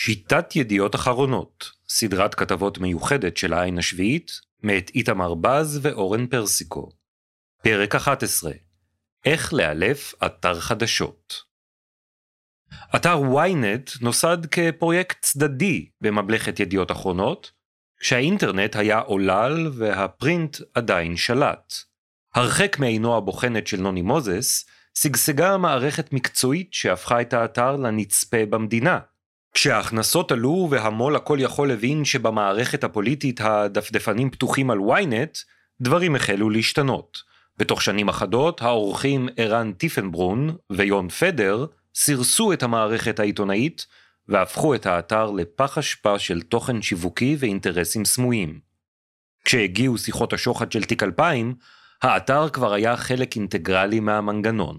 שיטת ידיעות אחרונות, סדרת כתבות מיוחדת של העין השביעית, מאת איתמר בז ואורן פרסיקו. פרק 11. איך לאלף אתר חדשות. אתר ynet נוסד כפרויקט צדדי בממלכת ידיעות אחרונות, כשהאינטרנט היה עולל והפרינט עדיין שלט. הרחק מעינו הבוחנת של נוני מוזס, שגשגה מערכת מקצועית שהפכה את האתר לנצפה במדינה. כשההכנסות עלו והמול הכל יכול הבין שבמערכת הפוליטית הדפדפנים פתוחים על ynet, דברים החלו להשתנות. בתוך שנים אחדות, האורחים ערן טיפנברון ויון פדר סירסו את המערכת העיתונאית והפכו את האתר לפח אשפה של תוכן שיווקי ואינטרסים סמויים. כשהגיעו שיחות השוחד של תיק 2000, האתר כבר היה חלק אינטגרלי מהמנגנון.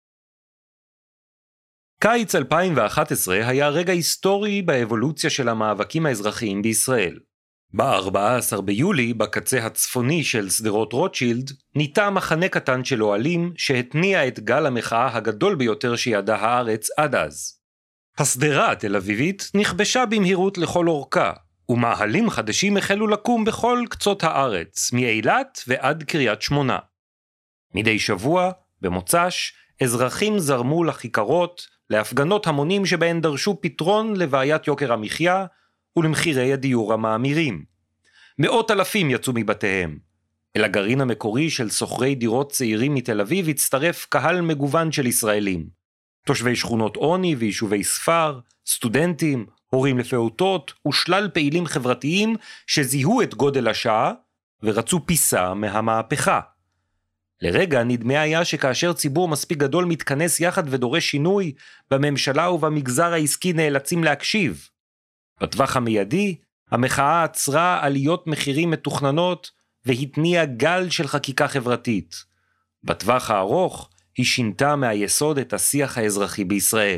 קיץ 2011 היה רגע היסטורי באבולוציה של המאבקים האזרחיים בישראל. ב-14 ביולי, בקצה הצפוני של שדרות רוטשילד, ניטע מחנה קטן של אוהלים שהתניע את גל המחאה הגדול ביותר שידעה הארץ עד אז. השדרה התל אביבית נכבשה במהירות לכל אורכה, ומאהלים חדשים החלו לקום בכל קצות הארץ, מאילת ועד קריית שמונה. מדי שבוע, במוצ"ש, אזרחים זרמו לכיכרות, להפגנות המונים שבהן דרשו פתרון לבעיית יוקר המחיה ולמחירי הדיור המאמירים. מאות אלפים יצאו מבתיהם. אל הגרעין המקורי של סוחרי דירות צעירים מתל אביב הצטרף קהל מגוון של ישראלים. תושבי שכונות עוני ויישובי ספר, סטודנטים, הורים לפעוטות ושלל פעילים חברתיים שזיהו את גודל השעה ורצו פיסה מהמהפכה. לרגע נדמה היה שכאשר ציבור מספיק גדול מתכנס יחד ודורש שינוי, בממשלה ובמגזר העסקי נאלצים להקשיב. בטווח המיידי, המחאה עצרה עליות מחירים מתוכננות והתניעה גל של חקיקה חברתית. בטווח הארוך, היא שינתה מהיסוד את השיח האזרחי בישראל.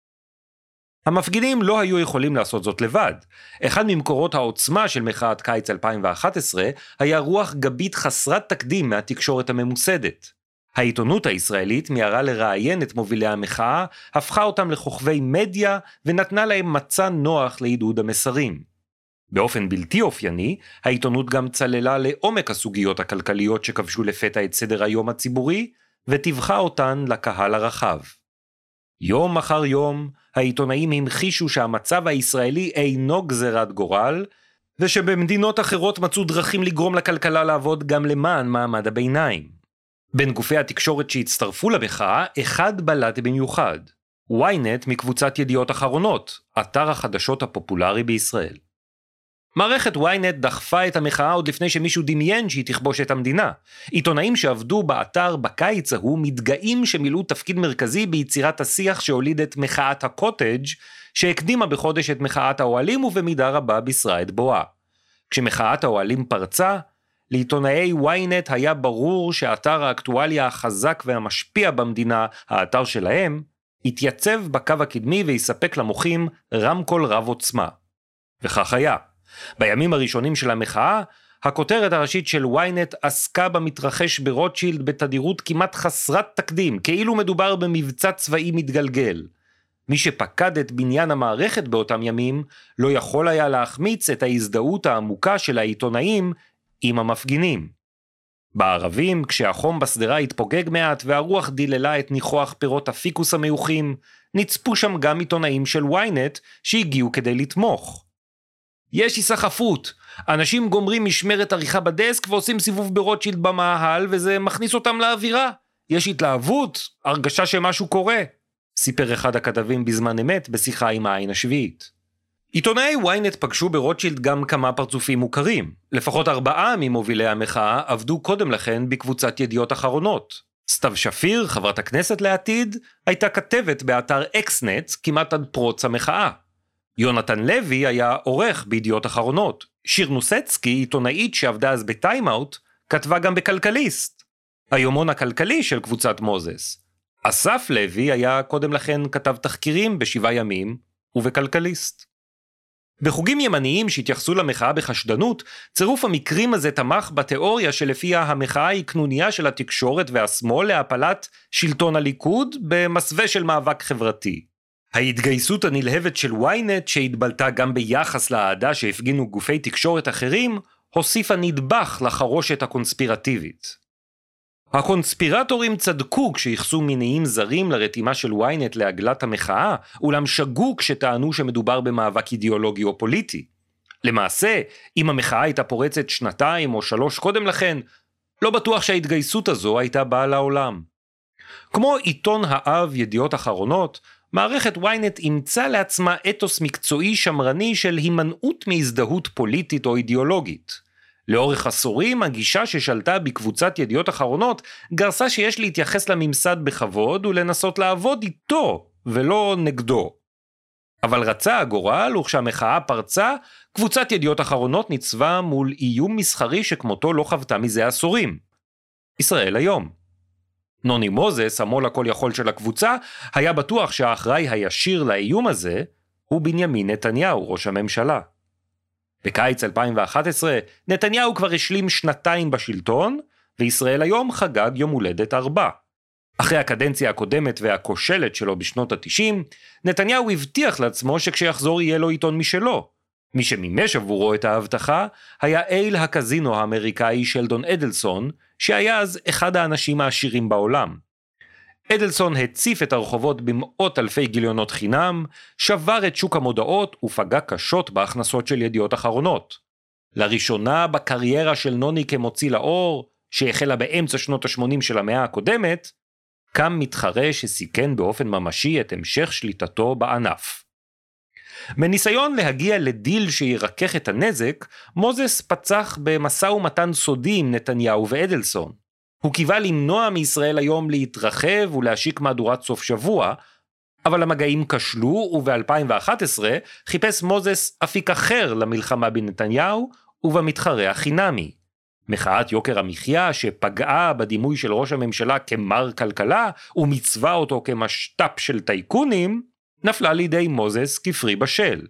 המפגינים לא היו יכולים לעשות זאת לבד. אחד ממקורות העוצמה של מחאת קיץ 2011 היה רוח גבית חסרת תקדים מהתקשורת הממוסדת. העיתונות הישראלית מיהרה לראיין את מובילי המחאה, הפכה אותם לכוכבי מדיה ונתנה להם מצע נוח לעידוד המסרים. באופן בלתי אופייני, העיתונות גם צללה לעומק הסוגיות הכלכליות שכבשו לפתע את סדר היום הציבורי, וטבחה אותן לקהל הרחב. יום אחר יום, העיתונאים המחישו שהמצב הישראלי אינו גזרת גורל, ושבמדינות אחרות מצאו דרכים לגרום לכלכלה לעבוד גם למען מעמד הביניים. בין גופי התקשורת שהצטרפו למחאה, אחד בלט במיוחד. ynet מקבוצת ידיעות אחרונות, אתר החדשות הפופולרי בישראל. מערכת ynet דחפה את המחאה עוד לפני שמישהו דמיין שהיא תכבוש את המדינה. עיתונאים שעבדו באתר בקיץ ההוא מתגאים שמילאו תפקיד מרכזי ביצירת השיח שהוליד את מחאת הקוטג' שהקדימה בחודש את מחאת האוהלים ובמידה רבה בישרה את בואה. כשמחאת האוהלים פרצה, לעיתונאי ynet היה ברור שהאתר האקטואליה החזק והמשפיע במדינה, האתר שלהם, התייצב בקו הקדמי ויספק למוחים רמקול רב עוצמה. וכך היה. בימים הראשונים של המחאה, הכותרת הראשית של ynet עסקה במתרחש ברוטשילד בתדירות כמעט חסרת תקדים, כאילו מדובר במבצע צבאי מתגלגל. מי שפקד את בניין המערכת באותם ימים, לא יכול היה להחמיץ את ההזדהות העמוקה של העיתונאים עם המפגינים. בערבים, כשהחום בסדרה התפוגג מעט והרוח דיללה את ניחוח פירות הפיקוס המיוחים, נצפו שם גם עיתונאים של ynet שהגיעו כדי לתמוך. יש היסחפות, אנשים גומרים משמרת עריכה בדסק ועושים סיבוב ברוטשילד במאהל וזה מכניס אותם לאווירה. יש התלהבות, הרגשה שמשהו קורה, סיפר אחד הכתבים בזמן אמת בשיחה עם העין השביעית. עיתונאי ynet פגשו ברוטשילד גם כמה פרצופים מוכרים. לפחות 4 ממובילי המחאה עבדו קודם לכן בקבוצת ידיעות אחרונות. סתיו שפיר, חברת הכנסת לעתיד, הייתה כתבת באתר אקסנט כמעט עד פרוץ המחאה. יונתן לוי היה עורך בידיעות אחרונות. שיר נוסצקי, עיתונאית שעבדה אז בטיימאוט, כתבה גם בכלכליסט, היומון הכלכלי של קבוצת מוזס. אסף לוי היה קודם לכן כתב תחקירים ב7 ימים ובכלכליסט. בחוגים ימניים שהתייחסו למחאה בחשדנות, צירוף המקרים הזה תמך בתיאוריה שלפיה המחאה היא קנוניה של התקשורת והשמאל להפלת שלטון הליכוד במסווה של מאבק חברתי. ההתגייסות הנלהבת של ynet, שהתבלטה גם ביחס לאהדה שהפגינו גופי תקשורת אחרים, הוסיפה נדבך לחרושת הקונספירטיבית. הקונספירטורים צדקו כשייחסו מניעים זרים לרתימה של ynet לעגלת המחאה, אולם שגו כשטענו שמדובר במאבק אידיאולוגי או פוליטי. למעשה, אם המחאה הייתה פורצת 2 או 3 קודם לכן, לא בטוח שההתגייסות הזו הייתה באה לעולם. כמו עיתון האב ידיעות אחרונות, מערכת ynet אימצה לעצמה אתוס מקצועי שמרני של הימנעות מהזדהות פוליטית או אידיאולוגית. לאורך עשורים הגישה ששלטה בקבוצת ידיעות אחרונות גרסה שיש להתייחס לממסד בכבוד ולנסות לעבוד איתו ולא נגדו. אבל רצה הגורל, וכשהמחאה פרצה, קבוצת ידיעות אחרונות ניצבה מול איום מסחרי שכמותו לא חוותה מזה עשורים. ישראל היום. נוני מוזס, המו"ל הכל יכול של הקבוצה, היה בטוח שהאחראי הישיר לאיום הזה הוא בנימין נתניהו, ראש הממשלה. בקיץ 2011, נתניהו כבר השלים 2 בשלטון, וישראל היום חגג יום הולדת 4. אחרי הקדנציה הקודמת והכושלת שלו בשנות ה-90, נתניהו הבטיח לעצמו שכשיחזור יהיה לו עיתון משלו. מי שמימש עבורו את ההבטחה היה אייל הקזינו האמריקאי שלדון אדלסון, שהיה אז אחד האנשים העשירים בעולם. אדלסון הציף את הרחובות במאות אלפי גיליונות חינם, שבר את שוק המודעות ופגע קשות בהכנסות של ידיעות אחרונות. לראשונה בקריירה של נוני כמוציא לאור, שהחלה באמצע שנות ה-80 של המאה הקודמת, קם מתחרה שסיכן באופן ממשי את המשך שליטתו בענף. בניסיון להגיע לדיל שירקח את הנזק, מוזס פצח במשא ומתן סודי עם נתניהו ואדלסון. הוא קיווה למנוע מישראל היום להתרחב ולהשיק מהדורת סוף שבוע, אבל המגעים כשלו, וב-2011 חיפש מוזס אפיק אחר למלחמה בנתניהו ובמתחרה החינמי. מחאת יוקר המחיה שפגעה בדימוי של ראש הממשלה כמר כלכלה ומצווה אותו כמשטפ של טייקונים, נפלה לידי מוזס כפרי בשל.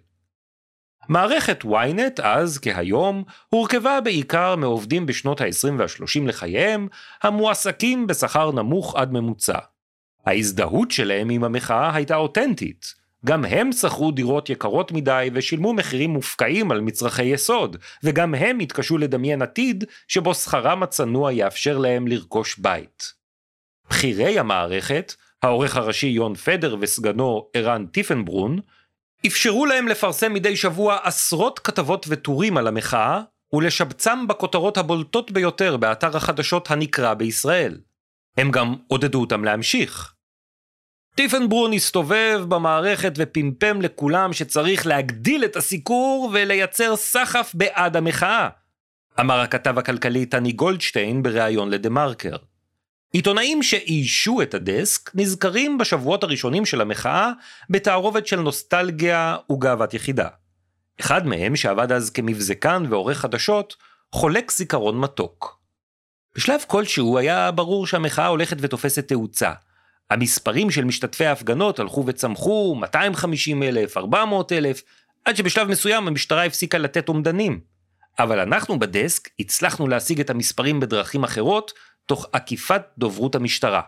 מערכת ynet אז כהיום הורכבה בעיקר מעובדים בשנות ה-20 וה-30 לחייהם, המועסקים בשכר נמוך עד ממוצע. ההזדהות שלהם עם המחאה הייתה אותנטית. גם הם שכרו דירות יקרות מדי ושילמו מחירים מופקעים על מצרכי יסוד, וגם הם התקשו לדמיין עתיד שבו שכרם הצנוע יאפשר להם לרכוש בית. בחירי המערכת, העורך הראשי יון פדר וסגנו ערן טיפנברון, אפשרו להם לפרסם מדי שבוע עשרות כתבות וטורים על המחאה, ולשבצם בכותרות הבולטות ביותר באתר החדשות הנקרא בישראל. הם גם עודדו אותם להמשיך. טיפנברון הסתובב במערכת ופימפם לכולם שצריך להגדיל את הסיקור ולייצר סחף בעד המחאה, אמר הכתב הכלכלי טני גולדשטיין בריאיון לדמרקר. עיתונאים שאישו את הדסק נזכרים בשבועות הראשונים של המחאה בתערובת של נוסטלגיה וגאוות יחידה. אחד מהם, שעבד אז כמבזקן ועורך חדשות, חולק זיכרון מתוק. בשלב כלשהו היה ברור שהמחאה הולכת ותופסת תאוצה. המספרים של משתתפי ההפגנות הלכו וצמחו 250,000, 400,000, עד שבשלב מסוים המשטרה הפסיקה לתת אומדנים. אבל אנחנו בדסק הצלחנו להשיג את המספרים בדרכים אחרות, תוך עקיפת דוברות המשטרה.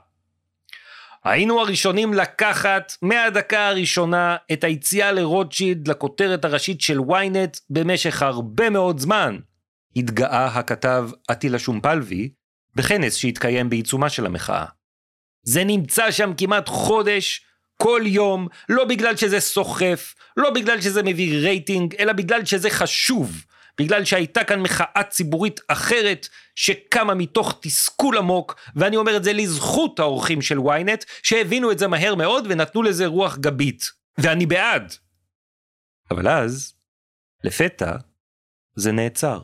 היינו הראשונים לקחת מהדקה הראשונה את היציאה לרוטשילד לכותרת הראשית של ynet במשך הרבה מאוד זמן, התגאה הכתב אטילה שומפלבי בכנס שהתקיים בעיצומה של המחאה. זה נמצא שם כמעט חודש, כל יום, לא בגלל שזה סוחף, לא בגלל שזה מביא רייטינג, אלא בגלל שזה חשוב, בגלל שהייתה כאן מחאה ציבורית אחרת שקמה מתוך תסכול עמוק, ואני אומר את זה לזכות האורחים של ynet, שהבינו את זה מהר מאוד ונתנו לזה רוח גבית, ואני בעד. אבל אז, לפתע, זה נעצר.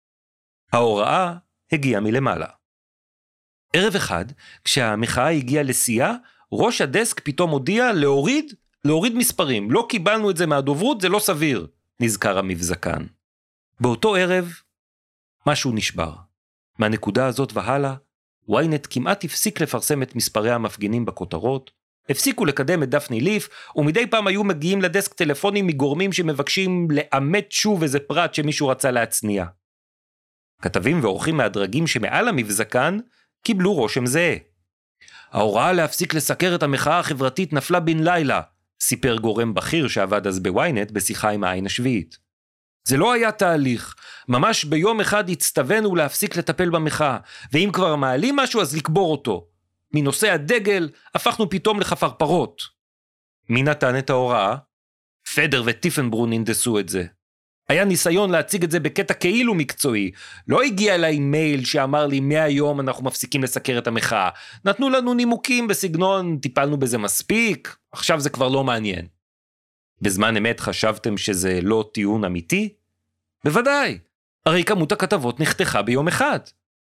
ההוראה הגיעה מלמעלה. ערב אחד, כשהמחאה הגיעה לשיאה, ראש הדסק פתאום הודיע להוריד מספרים, לא קיבלנו את זה מהדוברות, זה לא סביר, נזכר המבזקן. באותו ערב, משהו נשבר. מהנקודה הזאת והלאה, ynet כמעט הפסיק לפרסם את מספרי המפגינים בכותרות, הפסיקו לקדם את דפני ליף, ומדי פעם היו מגיעים לדסק טלפונים מגורמים שמבקשים לאמת שוב איזה פרט שמישהו רצה להצניע. כתבים ועורכים מהדרגים שמעל המבזקן קיבלו רושם זהה. ההוראה להפסיק לסקר את המחאה החברתית נפלה בן לילה, סיפר גורם בכיר שעבד אז בוויינט בשיחה עם העין השביעית. זה לא היה תהליך, ממש ביום אחד הצטווינו להפסיק לטפל במחאה, ואם כבר מעלים משהו אז לקבור אותו. מנושא הדגל הפכנו פתאום לחפרפרות. מי נתן את ההוראה? פדר וטיפנברון הנדסו את זה. היה ניסיון להציג את זה בקטע כאילו מקצועי. לא הגיע אליי מייל שאמר לי מהיום אנחנו מפסיקים לסקר את המחאה. נתנו לנו נימוקים בסגנון, טיפלנו בזה מספיק, עכשיו זה כבר לא מעניין. בזמן אמת חשבתם שזה לא טיעון אמיתי? בוודאי, הרי כמות הכתבות נחתכה ביום אחד.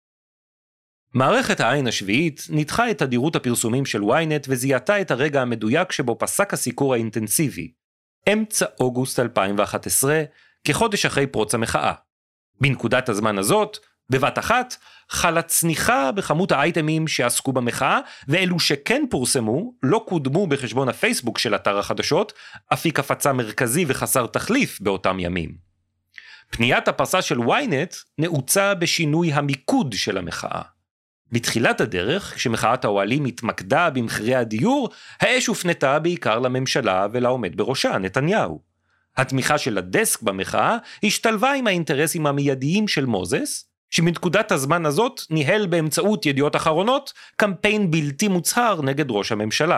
מערכת העין השביעית ניתחה את תדירות הפרסומים של וויינט וזיהתה את הרגע המדויק שבו פסק הסיקור האינטנסיבי. אמצע אוגוסט 2011, כחודש אחרי פרוץ המחאה. בנקודת הזמן הזאת, בבת אחת, חלה צניחה בכמות האייטמים שעסקו במחאה, ואלו שכן פורסמו, לא קודמו בחשבון הפייסבוק של אתר החדשות, אפיק הפצה מרכזי וחסר תחליף באותם ימים. פניית הפרסה של וויינט נעוצה בשינוי המיקוד של המחאה. בתחילת הדרך, כשמחאת האוהלים התמקדה במחירי הדיור, האש הופנתה בעיקר לממשלה ולעומד בראשה, נתניהו. התמיכה של הדסק במחאה השתלבה עם האינטרסים המיידיים של מוזס, שבנקודת הזמן הזאת ניהל באמצעות ידיעות אחרונות קמפיין בלתי מוצהר נגד ראש הממשלה.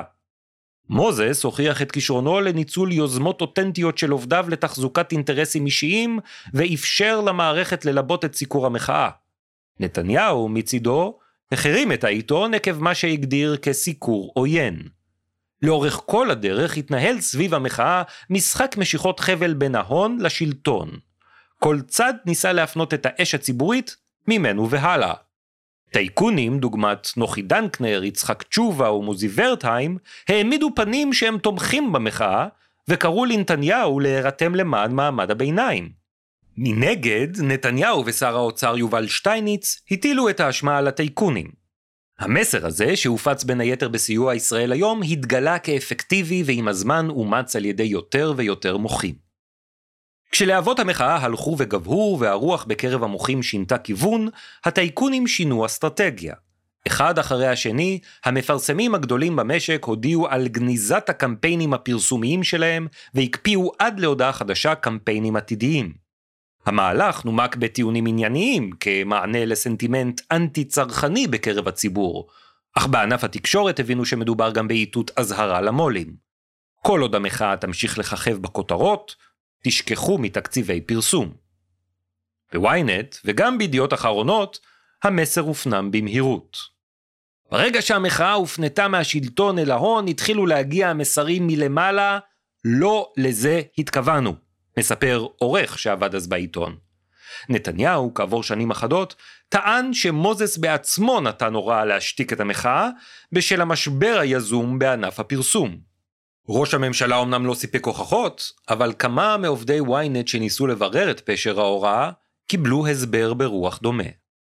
מוזס הוכיח את כישרונו לניצול יוזמות אותנטיות של עובדיו לתחזוקת אינטרסים אישיים, ואפשר למערכת ללבות את סיקור המחאה. נתניהו מצידו החרים את העיתון עקב מה שהגדיר כסיקור עוין. לאורך כל הדרך התנהל סביב המחאה משחק משיכות חבל בין ההון לשלטון. כל צד ניסה להפנות את האש הציבורית ממנו והלאה. טייקונים, דוגמת נוחי דנקנר, יצחק תשובה ומוזי ורטהיים, העמידו פנים שהם תומכים במחאה, וקראו לנתניהו להירתם למען מעמד הביניים. מנגד, נתניהו ושר האוצר יובל שטייניץ הטילו את האשמה על הטייקונים. המסר הזה, שהופץ בין היתר בסיוע ישראל היום, התגלה כאפקטיבי ועם הזמן אומץ על ידי יותר ויותר מוחים. כשלהבות המחאה הלכו וגבהו והרוח בקרב המוחים שינתה כיוון, הטייקונים שינו אסטרטגיה. אחד אחרי השני, המפרסמים הגדולים במשק הודיעו על גניזת הקמפיינים הפרסומיים שלהם, והקפיאו עד להודעה חדשה קמפיינים עתידיים. המהלך נומק בטיעונים ענייניים, כמענה לסנטימנט אנטי-צרכני בקרב הציבור, אך בענף התקשורת הבינו שמדובר גם בעיתות אזהרה למולים. כל עוד המחאה תמשיך לככב בכותרות, תשכחו מתקציבי פרסום. בוויינט וגם בידיעות אחרונות, המסר הופנם במהירות. ברגע שהמחאה הופנתה מהשלטון אל ההון, התחילו להגיע המסרים מלמעלה, לא לזה התכוונו, מספר עורך שעבד אז בעיתון. נתניהו, כעבור שנים אחדות, טען שמוזס בעצמו נתן הוראה להשתיק את המחאה, בשל המשבר היזום בענף הפרסום. ראש הממשלה אמנם לא סיפק הוכחות, אבל כמה מעובדי וויינט שניסו לברר את פשר ההוראה, קיבלו הסבר ברוח דומה.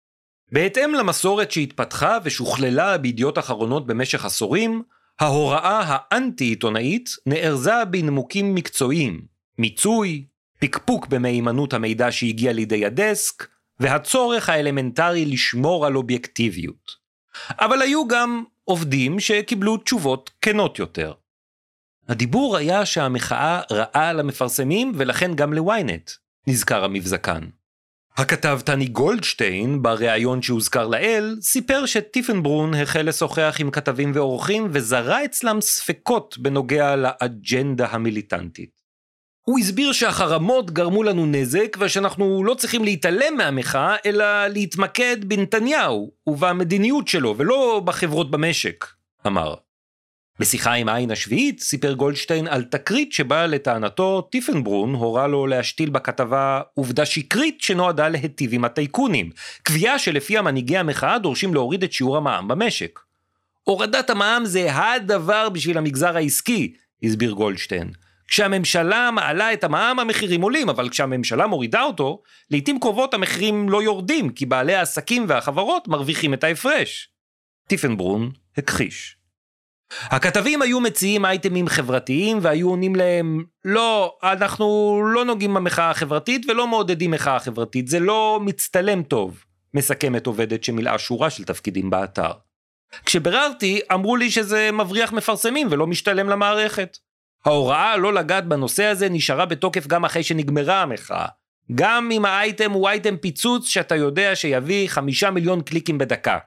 בהתאם למסורת שהתפתחה ושוכללה בידיעות אחרונות במשך עשורים, ההוראה האנטי-עיתונאית נארזה בנימוקים מקצועיים, מיצוי, פקפוק במהימנות המידע שהגיע לידי הדסק, והצורך האלמנטרי לשמור על אובייקטיביות. אבל היו גם עובדים שקיבלו תשובות כנות יותר. הדיבור היה שהמחאה רעה למפרסמים ולכן גם לוויינט, נזכר המבזקן. הכתב טני גולדשטיין, בריאיון שהוזכר לאל, סיפר שטיפנברון החל לשוחח עם כתבים ועורכים וזרה אצלם ספקות בנוגע לאג'נדה המיליטנטית. הוא הסביר שהחרמות גרמו לנו נזק ושאנחנו לא צריכים להתעלם מהמחאה, אלא להתמקד בנתניהו ובמדיניות שלו ולא בחברות במשק, אמר. בשיחה עם העין השביעית סיפר גולדשטיין על תקרית שבה לטענתו טיפנברון הורה לו להשתיל בכתבה עובדה שקרית שנועדה להיטיב עם הטייקונים, קביעה שלפי מנהיגי המחאה דורשים להוריד את שיעור המע"מ במשק. הורדת המע"מ זה הדבר בשביל המגזר העסקי, הסביר גולדשטיין. כשהממשלה מעלה את המע"מ המחירים עולים, אבל כשהממשלה מורידה אותו, לעתים קרובות המחירים לא יורדים, כי בעלי העסקים והחברות מרוויחים את ההפרש. טיפנברון הכחיש. הכתבים היו מציעים אייטמים חברתיים והיו עונים להם, לא, אנחנו לא נוגעים במחאה החברתית ולא מעודדים מחאה חברתית, זה לא מצטלם טוב, מסכמת עובדת שמילאה שורה של תפקידים באתר. כשבררתי, אמרו לי שזה מבריח מפרסמים ולא משתלם למערכת. ההוראה לא לגעת בנושא הזה נשארה בתוקף גם אחרי שנגמרה המחאה. גם אם האייטם הוא אייטם פיצוץ שאתה יודע שיביא 5 מיליון קליקים בדקה.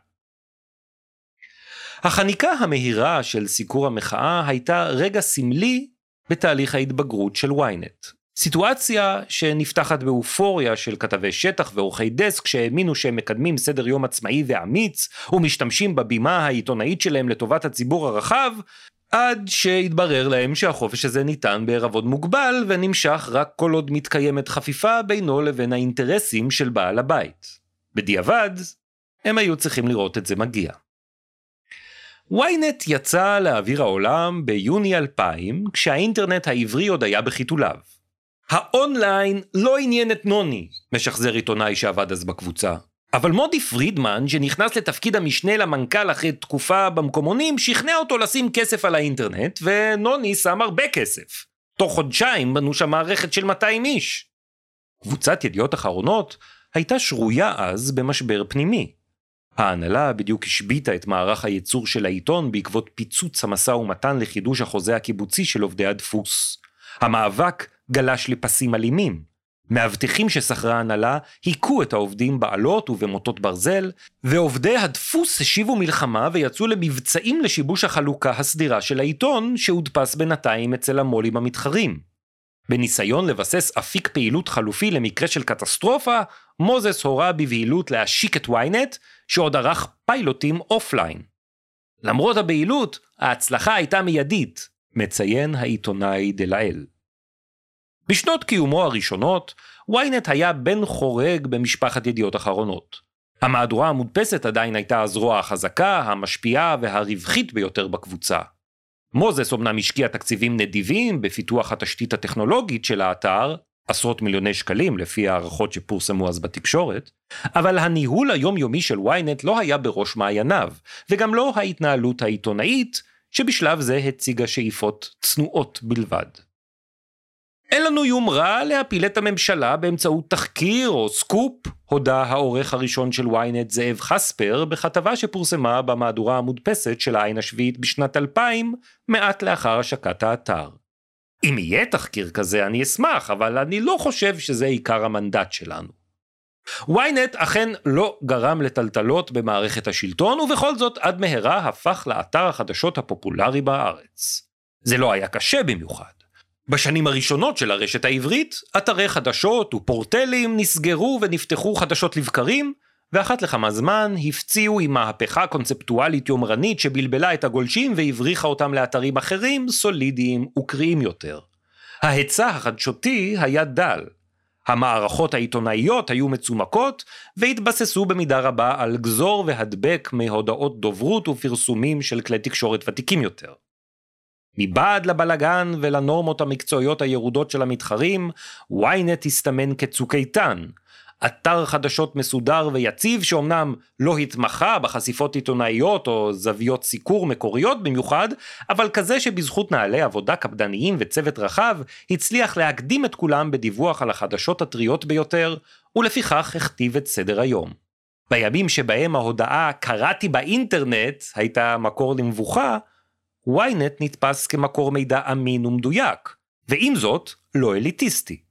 החניקה המהירה של סיקור המחאה הייתה רגע סמלי בתהליך ההתבגרות של ynet. סיטואציה שנפתחת באופוריה של כתבי שטח ועורכי דסק שהאמינו שהם מקדמים סדר יום עצמאי ואמיץ ומשתמשים בבימה העיתונאית שלהם לטובת הציבור הרחב, עד שהתברר להם שהחופש הזה ניתן בערבון מוגבל ונמשך רק כל עוד מתקיימת חפיפה בינו לבין האינטרסים של בעל הבית. בדיעבד, הם היו צריכים לראות את זה מגיע. ynet יצא לאוויר העולם ביוני 2000, כשהאינטרנט העברי עוד היה בחיתוליו. האונליין לא עניין את נוני, משחזר עיתונאי שעבד אז בקבוצה. אבל מודי פרידמן, שנכנס לתפקיד המשנה למנכ"ל אחרי תקופה במקומונים, שכנע אותו לשים כסף על האינטרנט, ונוני שם הרבה כסף. תוך חודשיים בנו שם מערכת של 200 איש. קבוצת ידיעות אחרונות הייתה שרויה אז במשבר פנימי. ההנהלה בדיוק השביטה את מערך הייצור של העיתון בעקבות פיצוץ המשא ומתן לחידוש החוזה הקיבוצי של עובדי הדפוס. המאבק גלש לפסים אלימים. מאבטחים ששכרה ההנהלה היכו את העובדים בעלות ובמוטות ברזל, ועובדי הדפוס השיבו מלחמה ויצאו למבצעים לשיבוש החלוקה הסדירה של העיתון שהודפס בינתיים אצל המולים המתחרים. בניסיון לבסס אפיק פעילות חלופי למקרה של קטסטרופה, מוזס הורה בבהילות להשיק את ynet שעוד ערך פיילוטים אופליין. למרות הבהילות, ההצלחה הייתה מיידית, מציין העיתונאי דלאל. בשנות קיומו הראשונות, ynet היה בן חורג במשפחת ידיעות אחרונות. המהדורה המודפסת עדיין הייתה הזרוע החזקה, המשפיעה והרווחית ביותר בקבוצה. מוזס אמנם השקיע תקציבים נדיבים בפיתוח התשתית הטכנולוגית של האתר, עשרות מיליוני שקלים לפי הערכות שפורסמו אז בתקשורת, אבל הניהול היומיומי של ynet לא היה בראש מעייניו, וגם לא ההתנהלות העיתונאית, שבשלב זה הציגה שאיפות צנועות בלבד. אין לנו יומרה להפיל את הממשלה באמצעות תחקיר או סקופ, הודה העורך הראשון של ynet זאב חספר בכתבה שפורסמה במהדורה המודפסת של העין השביעית בשנת 2000, מעט לאחר השקת האתר. אם יהיה תחקיר כזה אני אשמח, אבל אני לא חושב שזה עיקר המנדט שלנו. ynet אכן לא גרם לטלטלות במערכת השלטון, ובכל זאת עד מהרה הפך לאתר החדשות הפופולרי בארץ. זה לא היה קשה במיוחד. בשנים הראשונות של הרשת העברית, אתרי חדשות ופורטלים נסגרו ונפתחו חדשות לבקרים, ואחת לכמה זמן הפציעו עם מהפכה קונספטואלית יומרנית שבלבלה את הגולשים והבריחה אותם לאתרים אחרים סולידיים וקריאים יותר. ההיצע החדשותי היה דל. המערכות העיתונאיות היו מצומקות והתבססו במידה רבה על גזור והדבק מהודעות דוברות ופרסומים של כלי תקשורת ותיקים יותר. מבעד לבלגן ולנורמות המקצועיות הירודות של המתחרים, ynet הסתמן כצוק איתן, אתר חדשות מסודר ויציב שאומנם לא התמחה בחשיפות עיתונאיות או זוויות סיקור מקוריות במיוחד, אבל כזה שבזכות נעלי עבודה קפדניים וצוות רחב, הצליח להקדים את כולם בדיווח על החדשות הטריות ביותר, ולפיכך הכתיב את סדר היום. בימים שבהם ההודעה "קראתי באינטרנט" הייתה מקור למבוכה, ynet נתפס כמקור מידע אמין ומדויק, ועם זאת לא אליטיסטי.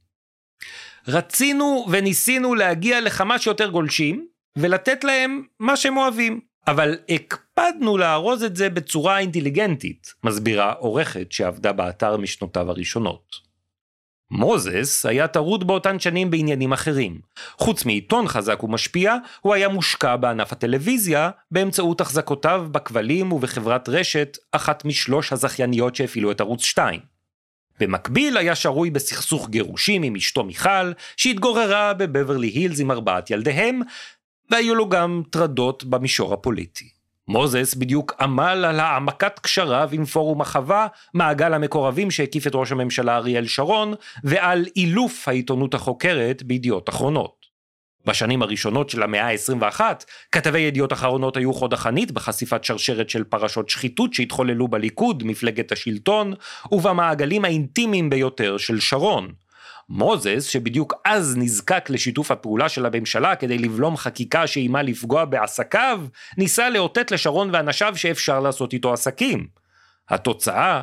רצינו וניסינו להגיע לכמה שיותר גולשים, ולתת להם מה שהם אוהבים, אבל הקפדנו לארוז את זה בצורה אינטליגנטית, מסבירה עורכת שעבדה באתר משנותיו הראשונות. מוזס היה טרוד באותן שנים בעניינים אחרים. חוץ מעיתון חזק ומשפיע, הוא היה מושקע בענף הטלוויזיה, באמצעות החזקותיו בכבלים ובחברת רשת, אחת משלוש הזכייניות שהפעילו את ערוץ 2. במקביל היה שרוי בסכסוך גירושים עם אשתו מיכל, שהתגוררה בבברלי הילס עם 4 ילדיהם, והיו לו גם טרדות במישור הפוליטי. מוזס בדיוק עמל על העמקת קשריו עם פורום החווה, מעגל המקורבים שהקיף את ראש הממשלה אריאל שרון, ועל אילוף העיתונות החוקרת בידיעות אחרונות. בשנים הראשונות של המאה ה-21, כתבי ידיעות אחרונות היו חוד החנית בחשיפת שרשרת של פרשות שחיתות שהתחוללו בליכוד, מפלגת השלטון, ובמעגלים האינטימיים ביותר של שרון. מוזס, שבדיוק אז נזקק לשיתוף הפעולה של הממשלה כדי לבלום חקיקה שאימה לפגוע בעסקיו, ניסה לאותת לשרון ואנשיו שאפשר לעשות איתו עסקים. התוצאה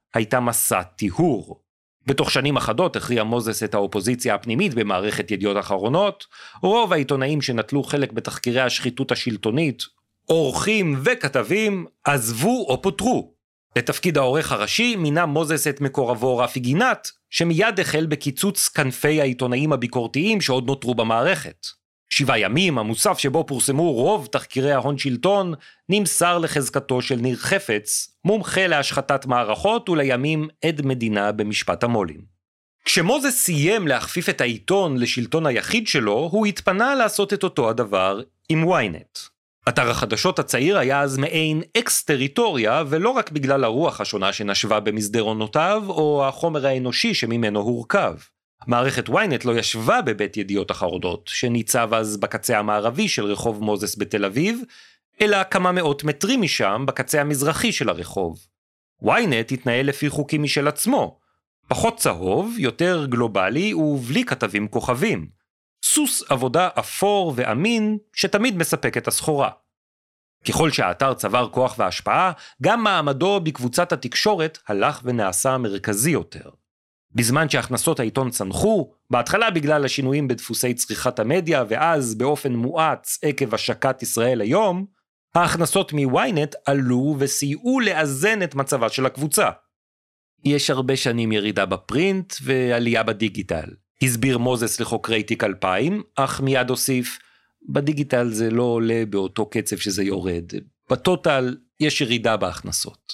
הייתה מסע טיהור. בתוך שנים אחדות הכריע מוזס את האופוזיציה הפנימית במערכת ידיעות אחרונות, רוב העיתונאים שנטלו חלק בתחקירי השחיתות השלטונית, עורכים וכתבים, עזבו או פוטרו. לתפקיד העורך הראשי מינה מוזס את מקורבו רפי גינת, שמיד החל בקיצוץ כנפי העיתונאים הביקורתיים שעוד נותרו במערכת. 7 ימים, המוסף שבו פורסמו רוב תחקירי ההון שלטון, נמסר לחזקתו של ניר חפץ, מומחה להשחתת מערכות ולימים עד מדינה במשפט המולים. כשמוזס סיים להכפיף את העיתון לשלטון היחיד שלו, הוא התפנה לעשות את אותו הדבר עם ynet. אתר החדשות הצעיר היה אז מעין אקס-טריטוריה, ולא רק בגלל הרוח השונה שנשבה במסדרונותיו, או החומר האנושי שממנו הורכב. מערכת ynet לא ישבה בבית ידיעות אחרונות, שניצב אז בקצה המערבי של רחוב מוזס בתל אביב, אלא כמה מאות מטרים משם בקצה המזרחי של הרחוב. ynet התנהל לפי חוקים משל עצמו, פחות צהוב, יותר גלובלי ובלי כתבים כוכבים. סוס עבודה אפור ואמין שתמיד מספק את הסחורה. ככל שהאתר צבר כוח והשפעה, גם מעמדו בקבוצת התקשורת הלך ונעשה מרכזי יותר. בזמן שהכנסות העיתון צנחו, בהתחלה בגלל השינויים בדפוסי צריכת המדיה, ואז באופן מואץ עקב השקת ישראל היום, ההכנסות מ-ynet עלו וסייעו לאזן את מצבה של הקבוצה. יש הרבה שנים ירידה בפרינט ועלייה בדיגיטל. הסביר מוזס לחוקרי תיק 2000, אך מיד הוסיף, בדיגיטל זה לא עולה באותו קצב שזה יורד. בטוטל יש ירידה בהכנסות.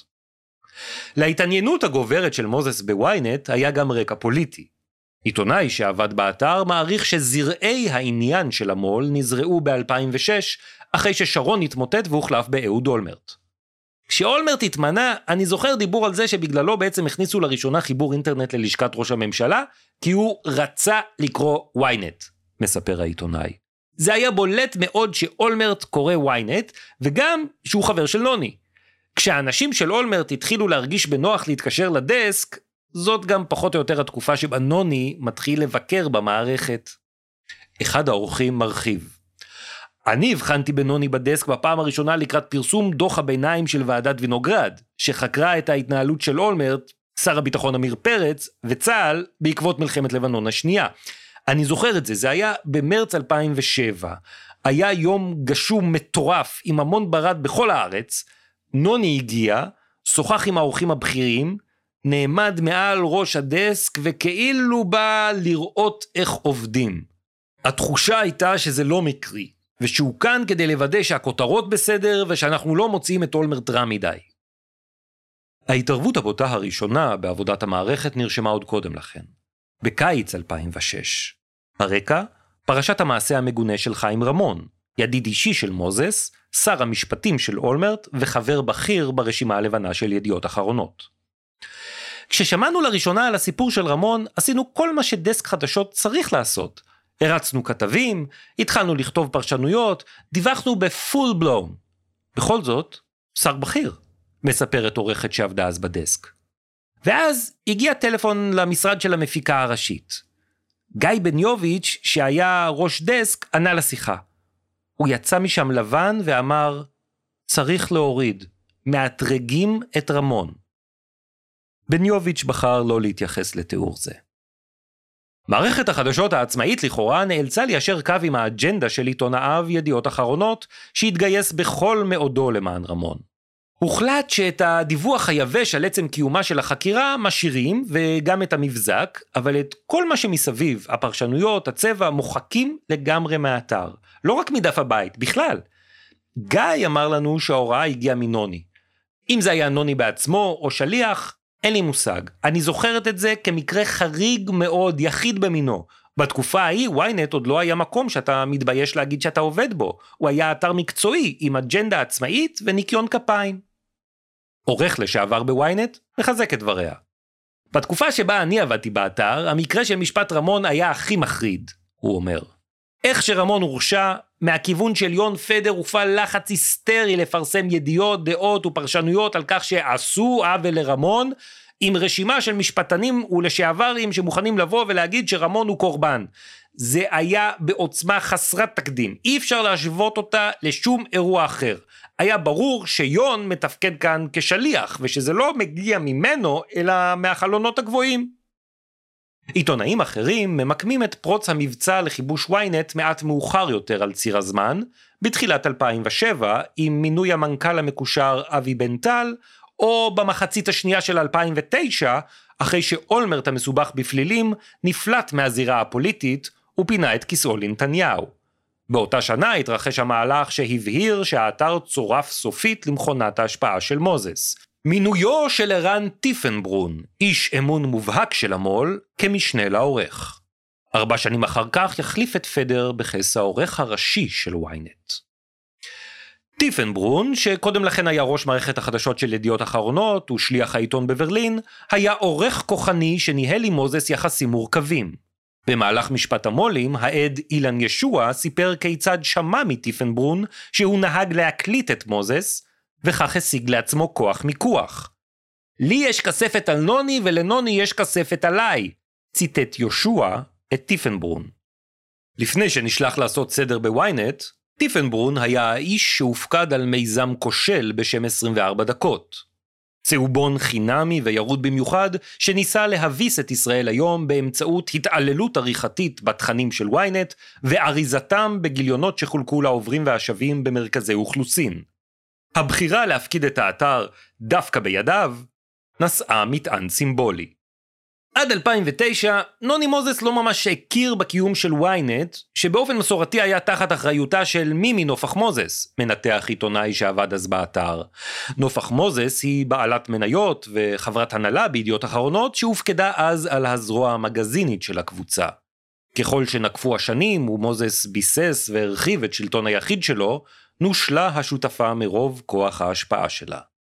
להתעניינות הגוברת של מוזס בוויינט היה גם רקע פוליטי. עיתונאי שעבד באתר מעריך שזרעי העניין של המול נזרעו ב-2006, אחרי ששרון התמוטט והוחלף באהוד אולמרט. כשאולמרט התמנה, אני זוכר דיבור על זה שבגללו בעצם הכניסו לראשונה חיבור אינטרנט ללשכת ראש הממשלה, כי הוא רצה לקרוא ynet, מספר העיתונאי. זה היה בולט מאוד שאולמרט קורא ynet, וגם שהוא חבר של נוני. כשהאנשים של אולמרט התחילו להרגיש בנוח להתקשר לדסק, זאת גם פחות או יותר התקופה שבה נוני מתחיל לבקר במערכת. אחד האורחים מרחיב. אני הבחנתי בנוני בדסק בפעם הראשונה לקראת פרסום דוח הביניים של ועדת וינוגרד, שחקרה את ההתנהלות של אולמרט, שר הביטחון אמיר פרץ וצה"ל בעקבות מלחמת לבנון השנייה. אני זוכר את זה, זה היה במרץ 2007. היה יום גשום מטורף עם המון ברד בכל הארץ. נוני הגיע, שוחח עם האורחים הבכירים, נעמד מעל ראש הדסק וכאילו בא לראות איך עובדים. התחושה הייתה שזה לא מקרי, ושהוא כאן כדי לוודא שהכותרות בסדר ושאנחנו לא מוצאים את אולמרט רע מדי. ההתערבות הבוטה הראשונה בעבודת המערכת נרשמה עוד קודם לכן, בקיץ 2006. הרקע, פרשת המעשה המגונה של חיים רמון, ידיד אישי של מוזס, שר המשפטים של אולמרט וחבר בכיר ברשימה הלבנה של ידיעות אחרונות. כששמענו לראשונה על הסיפור של רמון, עשינו כל מה שדסק חדשות צריך לעשות. הרצנו כתבים, התחלנו לכתוב פרשנויות, דיווחנו בפול בלון. בכל זאת, שר בכיר, מספרת עורכת שעבדה אז בדסק. ואז הגיע טלפון למשרד של המפיקה הראשית. גיא בניוביץ' שהיה ראש דסק ענה לשיחה. הוא יצא משם לבן ואמר, צריך להוריד, מאתרגים את רמון. בניוביץ' בחר לא להתייחס לתיאור זה. מערכת החדשות העצמאית לכאורה נאלצה ליישר קו עם האג'נדה של עיתון האב ידיעות אחרונות, שהתגייס בכל מאודו למען רמון. הוחלט שאת הדיווח היבש על עצם קיומה של החקירה משאירים, וגם את המבזק, אבל את כל מה שמסביב, הפרשנויות, הצבע, מוחקים לגמרי מהאתר. לא רק מדף הבית, בכלל. גיא אמר לנו שההוראה הגיעה מנוני. אם זה היה נוני בעצמו או שליח, אין לי מושג. אני זוכרת את זה כמקרה חריג מאוד, יחיד במינו. בתקופה ההיא, ynet עוד לא היה מקום שאתה מתבייש להגיד שאתה עובד בו. הוא היה אתר מקצועי, עם אג'נדה עצמאית וניקיון כפיים. עורך לשעבר ב-ynet, מחזק את דבריה. בתקופה שבה אני עבדתי באתר, המקרה של משפט רמון היה הכי מחריד, הוא אומר. איך שרמון הורשע, מהכיוון של יון פדר הופעל לחץ היסטרי לפרסם ידיעות, דעות ופרשנויות על כך שעשו עוול לרמון, עם רשימה של משפטנים ולשעברים שמוכנים לבוא ולהגיד שרמון הוא קורבן. זה היה בעוצמה חסרת תקדים, אי אפשר להשוות אותה לשום אירוע אחר. היה ברור שיון מתפקד כאן כשליח, ושזה לא מגיע ממנו, אלא מהחלונות הגבוהים. עיתונאים אחרים ממקמים את פרוץ המבצע לכיבוש ynet מעט מאוחר יותר על ציר הזמן, בתחילת 2007, עם מינוי המנכ"ל המקושר אבי בן טל, או במחצית השנייה של 2009, אחרי שאולמרט המסובך בפלילים נפלט מהזירה הפוליטית ופינה את כיסאו לנתניהו. באותה שנה התרחש המהלך שהבהיר שהאתר צורף סופית למכונת ההשפעה של מוזס. מינויו של ערן טיפנברון, איש אמון מובהק של המול, כמשנה לעורך. 4 שנים אחר כך יחליף את פדר בכס העורך הראשי של ynet. טיפנברון, שקודם לכן היה ראש מערכת החדשות של ידיעות אחרונות ושליח העיתון בברלין, היה עורך כוחני שניהל עם מוזס יחסים מורכבים. במהלך משפט המולים, העד אילן ישוע סיפר כיצד שמע מטיפנברון שהוא נהג להקליט את מוזס, וכך השיג לעצמו כוח מיקוח. לי יש כספת על נוני ולנוני יש כספת עליי, ציטט ישוע את טיפנברון. לפני שנשלח לעשות סדר בוויינט, טיפנברון היה האיש שהופקד על מיזם כושל בשם 24 דקות. צהובון חינמי וירוד במיוחד שניסה להביס את ישראל היום באמצעות התעללות עריכתית בתכנים של ynet ואריזתם בגיליונות שחולקו לעוברים והשבים במרכזי אוכלוסין. הבחירה להפקיד את האתר דווקא בידיו נשאה מטען סימבולי. עד 2009, נוני מוזס לא ממש הכיר בקיום של ynet, שבאופן מסורתי היה תחת אחריותה של מימי נופח מוזס, מנתח עיתונאי שעבד אז באתר. נופח מוזס היא בעלת מניות וחברת הנהלה בידיעות אחרונות, שהופקדה אז על הזרוע המגזינית של הקבוצה. ככל שנקפו השנים ומוזס ביסס והרחיב את שלטון היחיד שלו, נושלה השותפה מרוב כוח ההשפעה שלה.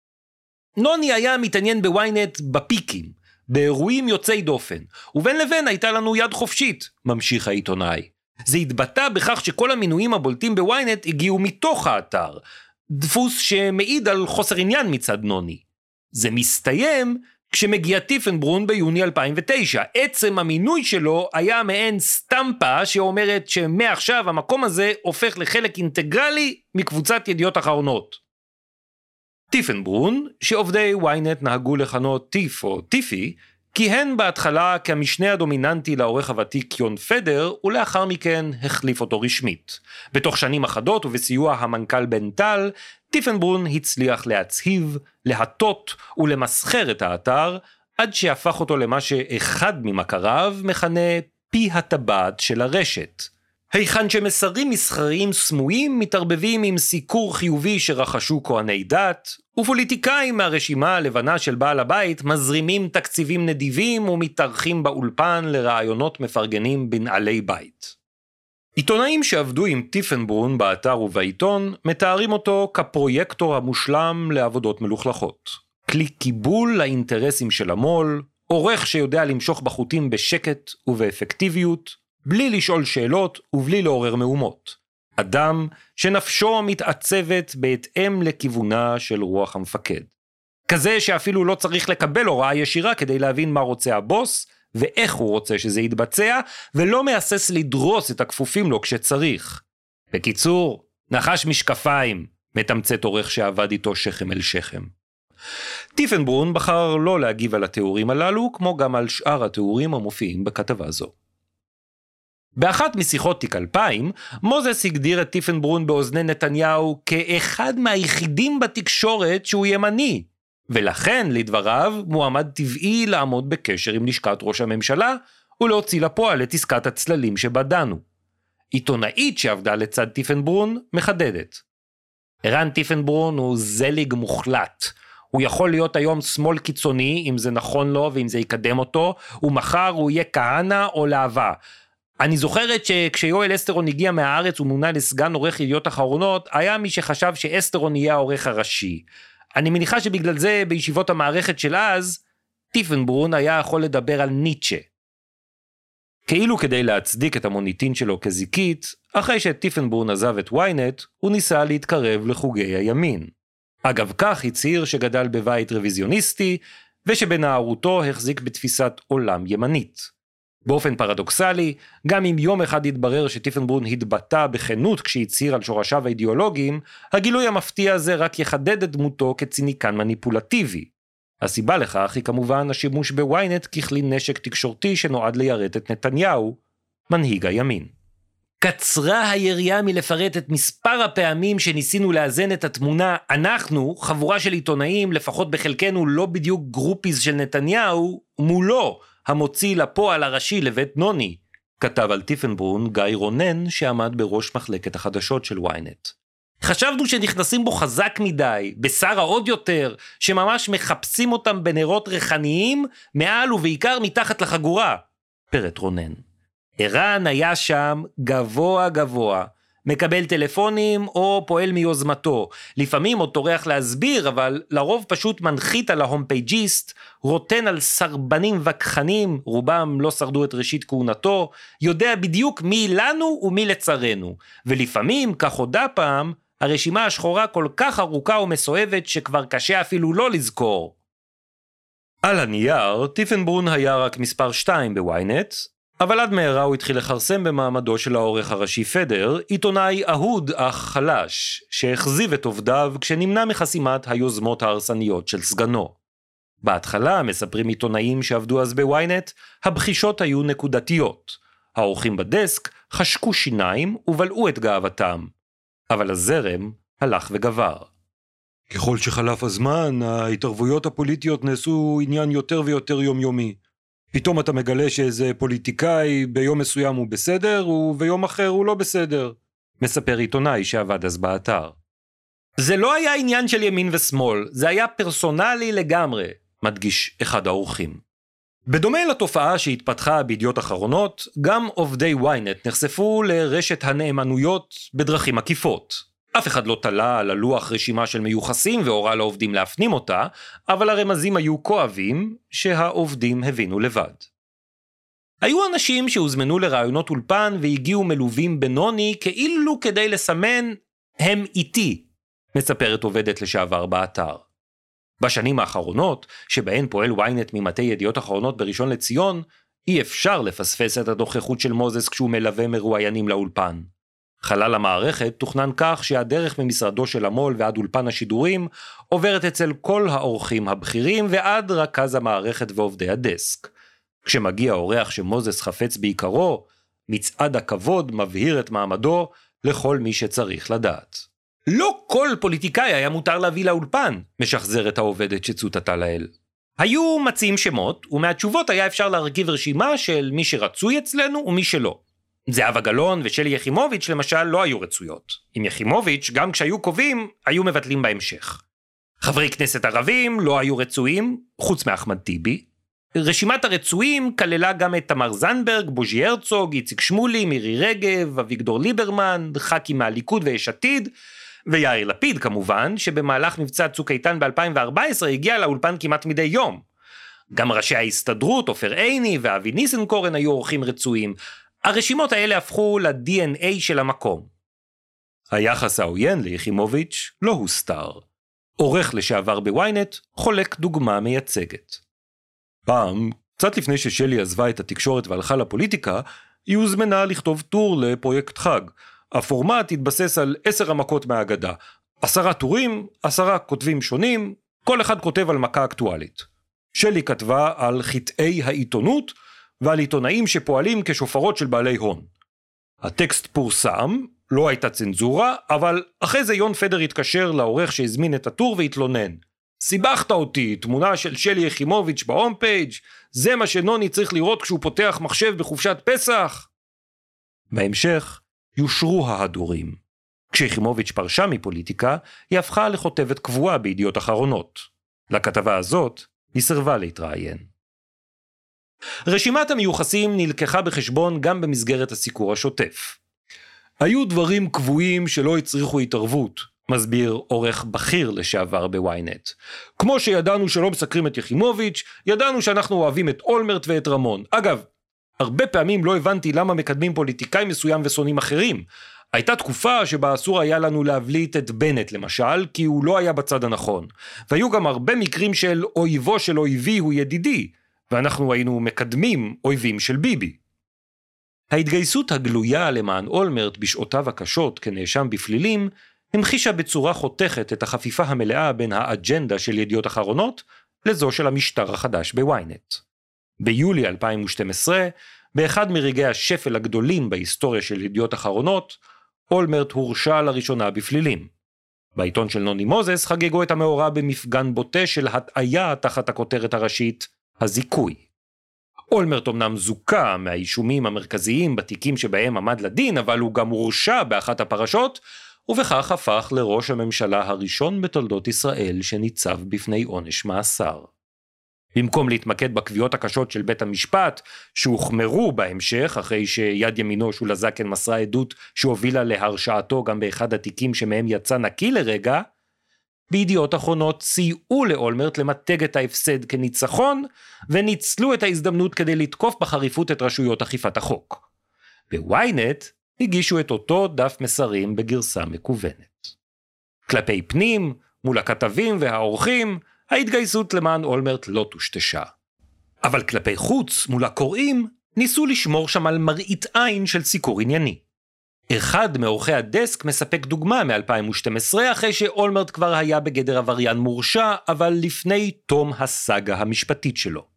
נוני היה מתעניין בוויינט בפיקים, באירועים יוצאי דופן, ובין לבין הייתה לנו יד חופשית, ממשיך העיתונאי. זה התבטא בכך שכל המינויים הבולטים בוויינט הגיעו מתוך האתר, דפוס שמעיד על חוסר עניין מצד נוני. זה מסתיים כשמגיע טיפנברון ביוני 2009. עצם המינוי שלו היה מעין סטמפה שאומרת שמעכשיו המקום הזה הופך לחלק אינטגרלי מקבוצת ידיעות אחרונות. טיפנברון, שעובדי ynet נהגו לכנות טיף או טיפי, כיהן בהתחלה כמשנה הדומיננטי לעורך הוותיק יון פדר, ולאחר מכן החליף אותו רשמית. בתוך שנים אחדות ובסיוע המנכ"ל בן טל, טיפנברון הצליח להצהיב, להטות ולמסחר את האתר, עד שהפך אותו למה שאחד ממכריו מכנה פי הטבעת של הרשת. היכן שמסרים מסחריים סמויים מתערבבים עם סיקור חיובי שרכשו כהני דת, ופוליטיקאים מהרשימה הלבנה של בעל הבית מזרימים תקציבים נדיבים ומתארחים באולפן לרעיונות מפרגנים בנעלי בית. עיתונאים שעבדו עם טיפנברון באתר ובעיתון מתארים אותו כפרויקטור המושלם לעבודות מלוכלכות. כלי קיבול לאינטרסים של המול, עורך שיודע למשוך בחוטים בשקט ובאפקטיביות, בלי לשאול שאלות ובלי לעורר מהומות. אדם שנפשו מתעצבת בהתאם לכיוונה של רוח המפקד. כזה שאפילו לא צריך לקבל הוראה ישירה כדי להבין מה רוצה הבוס ואיך הוא רוצה שזה יתבצע, ולא מהסס לדרוס את הכפופים לו כשצריך. בקיצור, נחש משקפיים, מתמצת עורך שעבד איתו שכם אל שכם. טיפנברון בחר לא להגיב על התיאורים הללו, כמו גם על שאר התיאורים המופיעים בכתבה זו. באחת משיחות תיק 2000, מוזס הגדיר את טיפנברון באוזני נתניהו כאחד מהיחידים בתקשורת שהוא ימני, ולכן, לדבריו, מועמד טבעי לעמוד בקשר עם לשכת ראש הממשלה, ולהוציא לפועל את עסקת הצללים שבדנו. עיתונאית שעבדה לצד טיפנברון מחדדת. ערן טיפנברון הוא זליג מוחלט. הוא יכול להיות היום שמאל קיצוני, אם זה נכון לו ואם זה יקדם אותו, ומחר הוא יהיה כהנא או להבה. אני זוכרת שכשיואל אסטרון הגיע מהארץ ומונה לסגן עורך ידיעות אחרונות, היה מי שחשב שאסטרון יהיה העורך הראשי. אני מניחה שבגלל זה בישיבות המערכת של אז, טיפנברון היה יכול לדבר על ניטשה. כאילו כדי להצדיק את המוניטין שלו כזיקית, אחרי שטיפנברון עזב את ynet, הוא ניסה להתקרב לחוגי הימין. אגב כך הצהיר שגדל בבית רוויזיוניסטי, ושבנערותו החזיק בתפיסת עולם ימנית. באופן פרדוקסלי, גם אם יום אחד התברר שטיפנברון התבטא בכנות כשהצהיר על שורשיו האידיאולוגיים, הגילוי המפתיע הזה רק יחדד את דמותו כציניקן מניפולטיבי. הסיבה לכך היא כמובן השימוש בוויינט ככלי נשק תקשורתי שנועד ליירט את נתניהו, מנהיג הימין. קצרה היריעה מלפרט את מספר הפעמים שניסינו לאזן את התמונה, אנחנו, חבורה של עיתונאים, לפחות בחלקנו לא בדיוק גרופיז של נתניהו, מולו, המוציא לפועל הראשי לבית נוני, כתב על טיפנברון גיא רונן שעמד בראש מחלקת החדשות של וויינט. חשבנו שנכנסים בו חזק מדי, בשרה עוד יותר, שממש מחפשים אותם בנרות ריחניים, מעל ובעיקר מתחת לחגורה, פרט רונן. ערן היה שם גבוה גבוה, מקבל טלפונים או פועל מיוזמתו, לפעמים עוד טורח להסביר, אבל לרוב פשוט מנחית על ההומפייג'יסט, רוטן על סרבנים וכחנים, רובם לא שרדו את ראשית כהונתו, יודע בדיוק מי לנו ומי לצרנו, ולפעמים, כך הודע פעם, הרשימה השחורה כל כך ארוכה ומסואבת שכבר קשה אפילו לא לזכור. על הנייר, טיפנברון היה רק מספר 2 בוויינט, אבל עד מהרה הוא התחיל לחרסם במעמדו של העורך הראשי פדר, עיתונאי אהוד אך חלש, שהחזיב את עובדיו כשנמנע מחסימת היוזמות ההרסניות של סגנו. בהתחלה, מספרים עיתונאים שעבדו אז בוויינט, הבחישות היו נקודתיות. העורכים בדסק חשקו שיניים ובלעו את גאוותם. אבל הזרם הלך וגבר. ככל שחלף הזמן, ההתערבויות הפוליטיות נעשו עניין יותר ויותר יומיומי. פתאום אתה מגלה שאיזה פוליטיקאי ביום מסוים הוא בסדר, וביום אחר הוא לא בסדר. מספר עיתונאי שעבד אז באתר. זה לא היה עניין של ימין ושמאל, זה היה פרסונלי לגמרי, מדגיש אחד האורחים. בדומה לתופעה שהתפתחה בידיעות אחרונות, גם עובדי וויינט נחשפו לרשת הנאמנויות בדרכים עקיפות. אף אחד לא תלה על הלוח רשימה של מיוחסים והורה לעובדים להפנים אותה, אבל הרמזים היו כואבים שהעובדים הבינו לבד. היו אנשים שהוזמנו לרעיונות אולפן והגיעו מלווים בנוני כאילו כדי לסמן הם איתי, מספרת עובדת לשעבר באתר. בשנים האחרונות, שבהן פועל וויינט ממטה ידיעות אחרונות בראשון לציון, אי אפשר לפספס את הנוכחות של מוזס כשהוא מלווה מרואיינים לאולפן. חלל המערכת תוכנן כך שהדרך ממשרדו של המול ועד אולפן השידורים עוברת אצל כל האורחים הבכירים ועד רכז המערכת ועובדי הדסק. כשמגיע אורח שמוזס חפץ בעיקרו, מצעד הכבוד מבהיר את מעמדו לכל מי שצריך לדעת. לא כל פוליטיקאי היה מותר להביא לאולפן, משחזרת העובדת שצוטטה לאל. היו מציעים שמות, ומהתשובות היה אפשר להרכיב רשימה של מי שרצוי אצלנו ומי שלא. זהבה גלאון ושלי יחימוביץ' למשל לא היו רצויות. עם יחימוביץ', גם כשהיו קובעים, היו מבטלים בהמשך. חברי כנסת ערבים לא היו רצויים, חוץ מאחמד טיבי. רשימת הרצויים כללה גם את תמר זנדברג, בוז'י הרצוג, איציק שמולי, מירי רגב, אביגדור ליברמן, ח"כים מהליכוד ויש עתיד, ויאיר לפיד כמובן, שבמהלך מבצע צוק איתן ב-2014 הגיע לאולפן כמעט מדי יום. גם ראשי ההסתדרות, עופר עיני ואבי ניסנקורן היו אורחים רצויים. הרשימות האלה הפכו ל-DNA של המקום. היחס העוין ליחימוביץ' לא הוסתר. עורך לשעבר בוויינט חולק דוגמה מייצגת. פעם, קצת לפני ששלי עזבה את התקשורת והלכה לפוליטיקה, היא הוזמנה לכתוב טור לפרויקט חג. הפורמט התבסס על 10 המכות מהאגדה. 10 טורים, 10 כותבים שונים, כל אחד כותב על מכה אקטואלית. שלי כתבה על חטאי העיתונות, ועל עיתונאים שפועלים כשופרות של בעלי הון. הטקסט פורסם, לא הייתה צנזורה, אבל אחרי זה יון פדר התקשר לעורך שהזמין את הטור והתלונן. סיבכת אותי, תמונה של שלי יחימוביץ' בהום פייג', זה מה שנוני צריך לראות כשהוא פותח מחשב בחופשת פסח. בהמשך יושרו ההדורים. כשיחימוביץ' פרשה מפוליטיקה, היא הפכה לכותבת קבועה בידיעות אחרונות. לכתבה הזאת היא סירבה להתראיין. רשימת המיוחסים נלקחה בחשבון גם במסגרת הסיקור השוטף. היו דברים קבועים שלא הצריכו התערבות, מסביר עורך בכיר לשעבר בוויינט. כמו שידענו שלא מסקרים את יחימוביץ', ידענו שאנחנו אוהבים את אולמרט ואת רמון. אגב, הרבה פעמים לא הבנתי למה מקדמים פוליטיקאי מסוים ושונאים אחרים. הייתה תקופה שבה אסור היה לנו להבליט את בנט למשל, כי הוא לא היה בצד הנכון. והיו גם הרבה מקרים של אויבו של אויבי הוא ידידי, ואנחנו היינו מקדמים אויבים של ביבי. ההתגייסות הגלויה למען אולמרט בשעותיו הקשות כנאשם בפלילים, המחישה בצורה חותכת את החפיפה המלאה בין האג'נדה של ידיעות אחרונות לזו של המשטר החדש בוויינט. ביולי 2012, באחד מרגעי השפל הגדולים בהיסטוריה של ידיעות אחרונות, אולמרט הורשע לראשונה בפלילים. בעיתון של נוני מוזס חגגו את המאורע במפגן בוטה של הטעיה תחת הכותרת הראשית, הזיכוי. אולמרט אמנם זוכה מהאישומים המרכזיים בתיקים שבהם עמד לדין, אבל הוא גם הורשע באחת הפרשות, ובכך הפך לראש הממשלה הראשון בתולדות ישראל שניצב בפני עונש מאסר. במקום להתמקד בקביעות הקשות של בית המשפט, שהוחמרו בהמשך אחרי שיד ימינו שולה זקן מסרה עדות שהובילה להרשעתו גם באחד התיקים שמהם יצא נקי לרגע, בידיעות אחרונות סייעו לאולמרט למתג את ההפסד כניצחון, וניצלו את ההזדמנות כדי לתקוף בחריפות את רשויות אכיפת החוק. בוויינט הגישו את אותו דף מסרים בגרסה מקוונת. כלפי פנים, מול הכתבים והאורחים, ההתגייסות למען אולמרט לא טושטשה. אבל כלפי חוץ, מול הקוראים, ניסו לשמור שם על מראית עין של סיקור ענייני. אחד מעורכי הדסק מספק דוגמה מ-2012, אחרי שאולמרט כבר היה בגדר עבריין מורשע, אבל לפני תום הסאגה המשפטית שלו.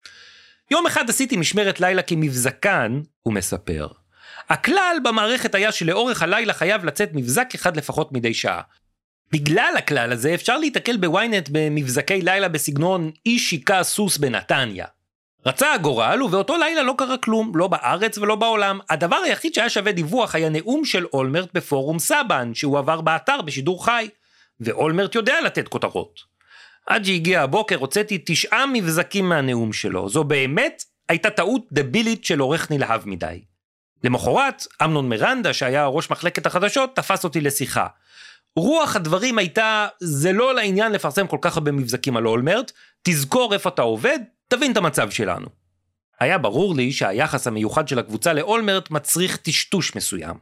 יום אחד עשיתי משמרת לילה כמבזקן, הוא מספר. הכלל במערכת היה שלאורך הלילה חייב לצאת מבזק אחד לפחות מדי שעה. בגלל הכלל הזה אפשר להתקל בוויינט במבזקי לילה בסגנון איש שיקה סוס בנתניה. רצה הגורל ובאותו לילה לא קרה כלום, לא בארץ ולא בעולם. הדבר היחיד שהיה שווה דיווח היה נאום של אולמרט בפורום סבן, שהוא עבר באתר בשידור חי, ואולמרט יודע לתת כותרות. עד שהגיע הבוקר הוצאתי 9 מבזקים מהנאום שלו, זו באמת הייתה טעות דבילית של עורך נלהב מדי. למחרת, אמנון מרנדה שהיה ראש מחלקת החדשות תפס אותי לשיחה. רוח הדברים הייתה, זה לא לעניין לפרסם כל כך הרבה מבזקים על אולמרט, תזכור איפה אתה עובד, תבין את המצב שלנו. היה ברור לי שהיחס המיוחד של הקבוצה לאולמרט מצריך טשטוש מסוים.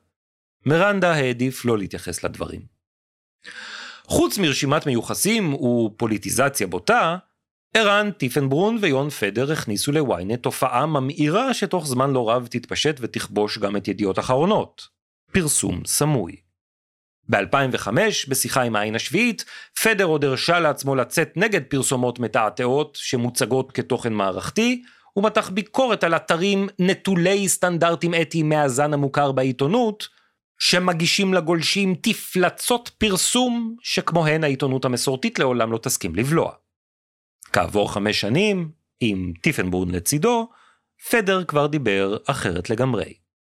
מרנדה העדיף לא להתייחס לדברים. חוץ מרשימת מיוחסים ופוליטיזציה בוטה, ערן טיפנברון ויון פדר הכניסו לוויינט תופעה ממאירה שתוך זמן לא רב תתפשט ותכבוש גם את ידיעות אחרונות. פרסום סמוי. ב-2005, בשיחה עם העין השביעית, פדר עוד הרשה לעצמו לצאת נגד פרסומות מתעתעות שמוצגות כתוכן מערכתי, ומתח ביקורת על אתרים נטולי סטנדרטים אתיים מהזן המוכר בעיתונות, שמגישים לגולשים תפלצות פרסום שכמוהן העיתונות המסורתית לעולם לא תסכים לבלוע. כעבור 5 שנים, עם טיפנברון לצידו, פדר כבר דיבר אחרת לגמרי.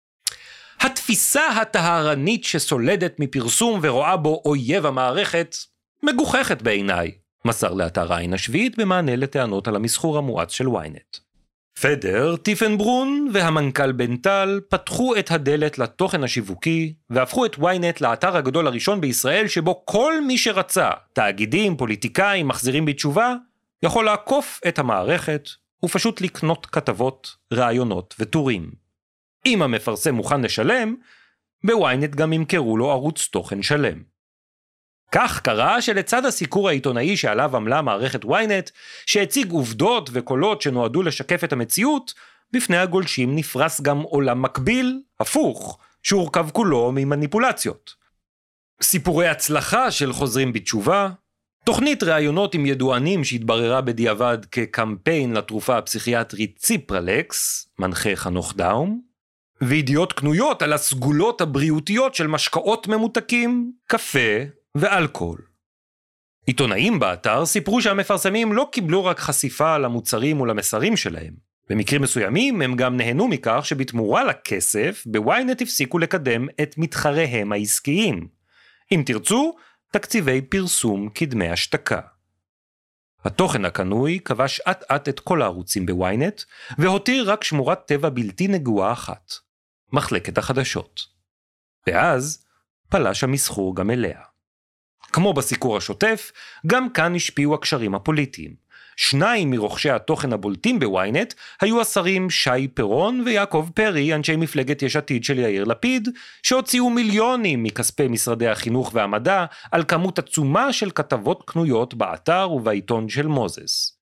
התפיסה הטהרנית שסולדת מפרסום ורואה בו אויב המערכת, מגוחכת בעיניי, מסר לאתר העין השביעית במענה לטענות על המסחור המואץ של וויינט. פדר, טיפנברון והמנכ"ל בנטל פתחו את הדלת לתוכן השיווקי, והפכו את וויינט לאתר הגדול הראשון בישראל שבו כל מי שרצה, תאגידים, פוליטיקאים, מחזירים בתשובה, יכול לעקוף את המערכת ופשוט לקנות כתבות, רעיונות וטורים. אם המפרסם מוכן לשלם, בוויינט גם ימכרו לו ערוץ תוכן שלם. כך קרה שלצד הסיקור העיתונאי שעליו עמלה מערכת וויינט, שהציג עובדות וקולות שנועדו לשקף את המציאות, בפני הגולשים נפרס גם עולם מקביל, הפוך, שהורכב כולו ממניפולציות. סיפורי הצלחה של חוזרים בתשובה, תוכנית ראיונות עם ידוענים שהתבררה בדיעבד כקמפיין לתרופה הפסיכיאטרית ציפרלקס, מנחה חנוך דאום, וידיעות קנויות על הסגולות הבריאותיות של משקאות ממותקים, קפה ואלכוהול. עיתונאים באתר סיפרו שהמפרסמים לא קיבלו רק חשיפה למוצרים ולמסרים שלהם. במקרים מסוימים הם גם נהנו מכך שבתמורה לכסף, בוויינט הפסיקו לקדם את מתחריהם העסקיים. אם תרצו, תקציבי פרסום כדמי השתקה. התוכן הקנוי כבש עט את כל הערוצים בוויינט, והותיר רק שמורת טבע בלתי נגועה אחת, מחלקת החדשות. ואז פלש המסחור גם אליה. כמו בסיקור השוטף, גם כאן השפיעו הקשרים הפוליטיים. 2 מרוכשי התוכן הבולטים בוויינט היו השרים שי פירון ויעקב פרי, אנשי מפלגת יש עתיד של יאיר לפיד, שהוציאו מיליונים מכספי משרדי החינוך והמדע על כמות עצומה של כתבות קנויות באתר ובעיתון של מוזס.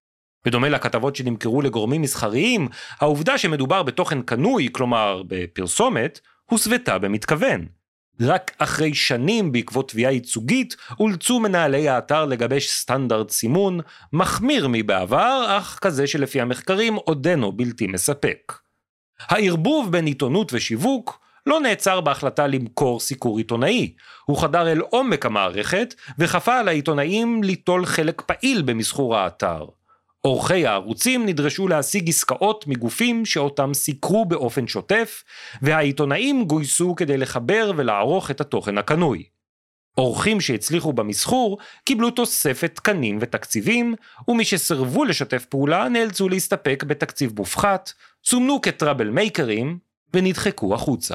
בדומה לכתבות שנמכרו לגורמים מסחריים, העובדה שמדובר בתוכן קנוי, כלומר בפרסומת, הוסוותה במתכוון. רק אחרי שנים בעקבות תביעה ייצוגית, אולצו מנהלי האתר לגבש סטנדרט סימון, מחמיר מבעבר, אך כזה שלפי המחקרים עודנו בלתי מספק. הערבוב בין עיתונות ושיווק לא נעצר בהחלטה למכור סיקור עיתונאי, הוא חדר אל עומק המערכת וכפה על העיתונאים ליטול חלק פעיל במסחור האתר. עורכי הערוצים נדרשו להשיג עסקאות מגופים שאותם סיקרו באופן שוטף, והעיתונאים גויסו כדי לחבר ולערוך את התוכן הקנוי. עורכים שהצליחו במסחור קיבלו תוספת תקנים ותקציבים, ומי שסרבו לשתף פעולה נאלצו להסתפק בתקציב מופחת, סומנו כטראבל מייקרים ונדחקו החוצה.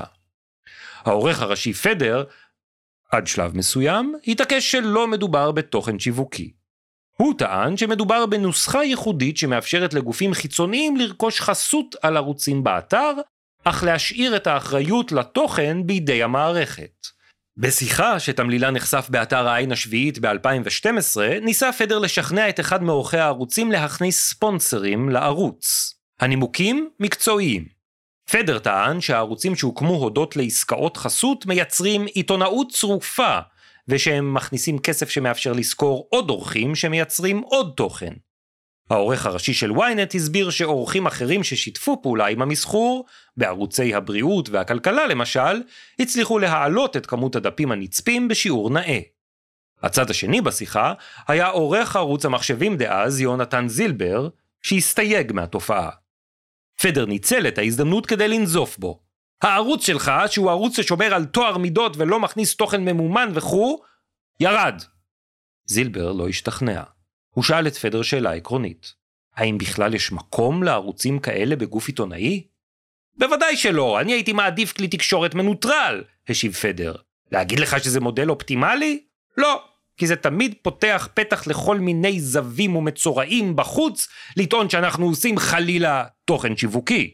העורך הראשי פדר, עד שלב מסוים, התעקש שלא מדובר בתוכן שיווקי. הוא טען שמדובר בנוסחה ייחודית שמאפשרת לגופים חיצוניים לרכוש חסות על ערוצים באתר, אך להשאיר את האחריות לתוכן בידי המערכת. בשיחה שתמלילה נחשף באתר העין השביעית ב-2012, ניסה פדר לשכנע את אחד מעורכי הערוצים להכניס ספונסרים לערוץ. הנימוקים מקצועיים. פדר טען שהערוצים שהוקמו הודות לעסקאות חסות מייצרים עיתונאות צרופה, ושהם מכניסים כסף שמאפשר לזכור עוד עורכים שמייצרים עוד תוכן. העורך הראשי של ynet הסביר שעורכים אחרים ששיתפו פעולה עם המסחור, בערוצי הבריאות והכלכלה למשל, הצליחו להעלות את כמות הדפים הנצפים בשיעור נאה. הצד השני בשיחה היה עורך ערוץ המחשבים דאז יונתן זילבר, שהסתייג מהתופעה. פדר ניצל את ההזדמנות כדי לנזוף בו. הערוץ שלך, שהוא ערוץ ששומר על תואר מידות ולא מכניס תוכן ממומן וכו', ירד. זילבר לא השתכנע. הוא שאל את פדר שאלה עקרונית. האם בכלל יש מקום לערוצים כאלה בגוף עיתונאי? בוודאי שלא, אני הייתי מעדיף כלי תקשורת מנוטרל, השיב פדר. להגיד לך שזה מודל אופטימלי? לא, כי זה תמיד פותח פתח לכל מיני זווים ומצורעים בחוץ, לטעון שאנחנו עושים חלילה תוכן שיווקי.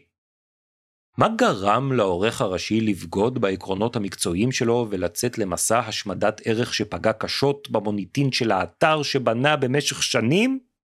מה גרם לעורך הראשי לבגוד בעקרונות המקצועיים שלו ולצאת למסע השמדת ערך שפגע קשות במוניטין של האתר שבנה במשך שנים?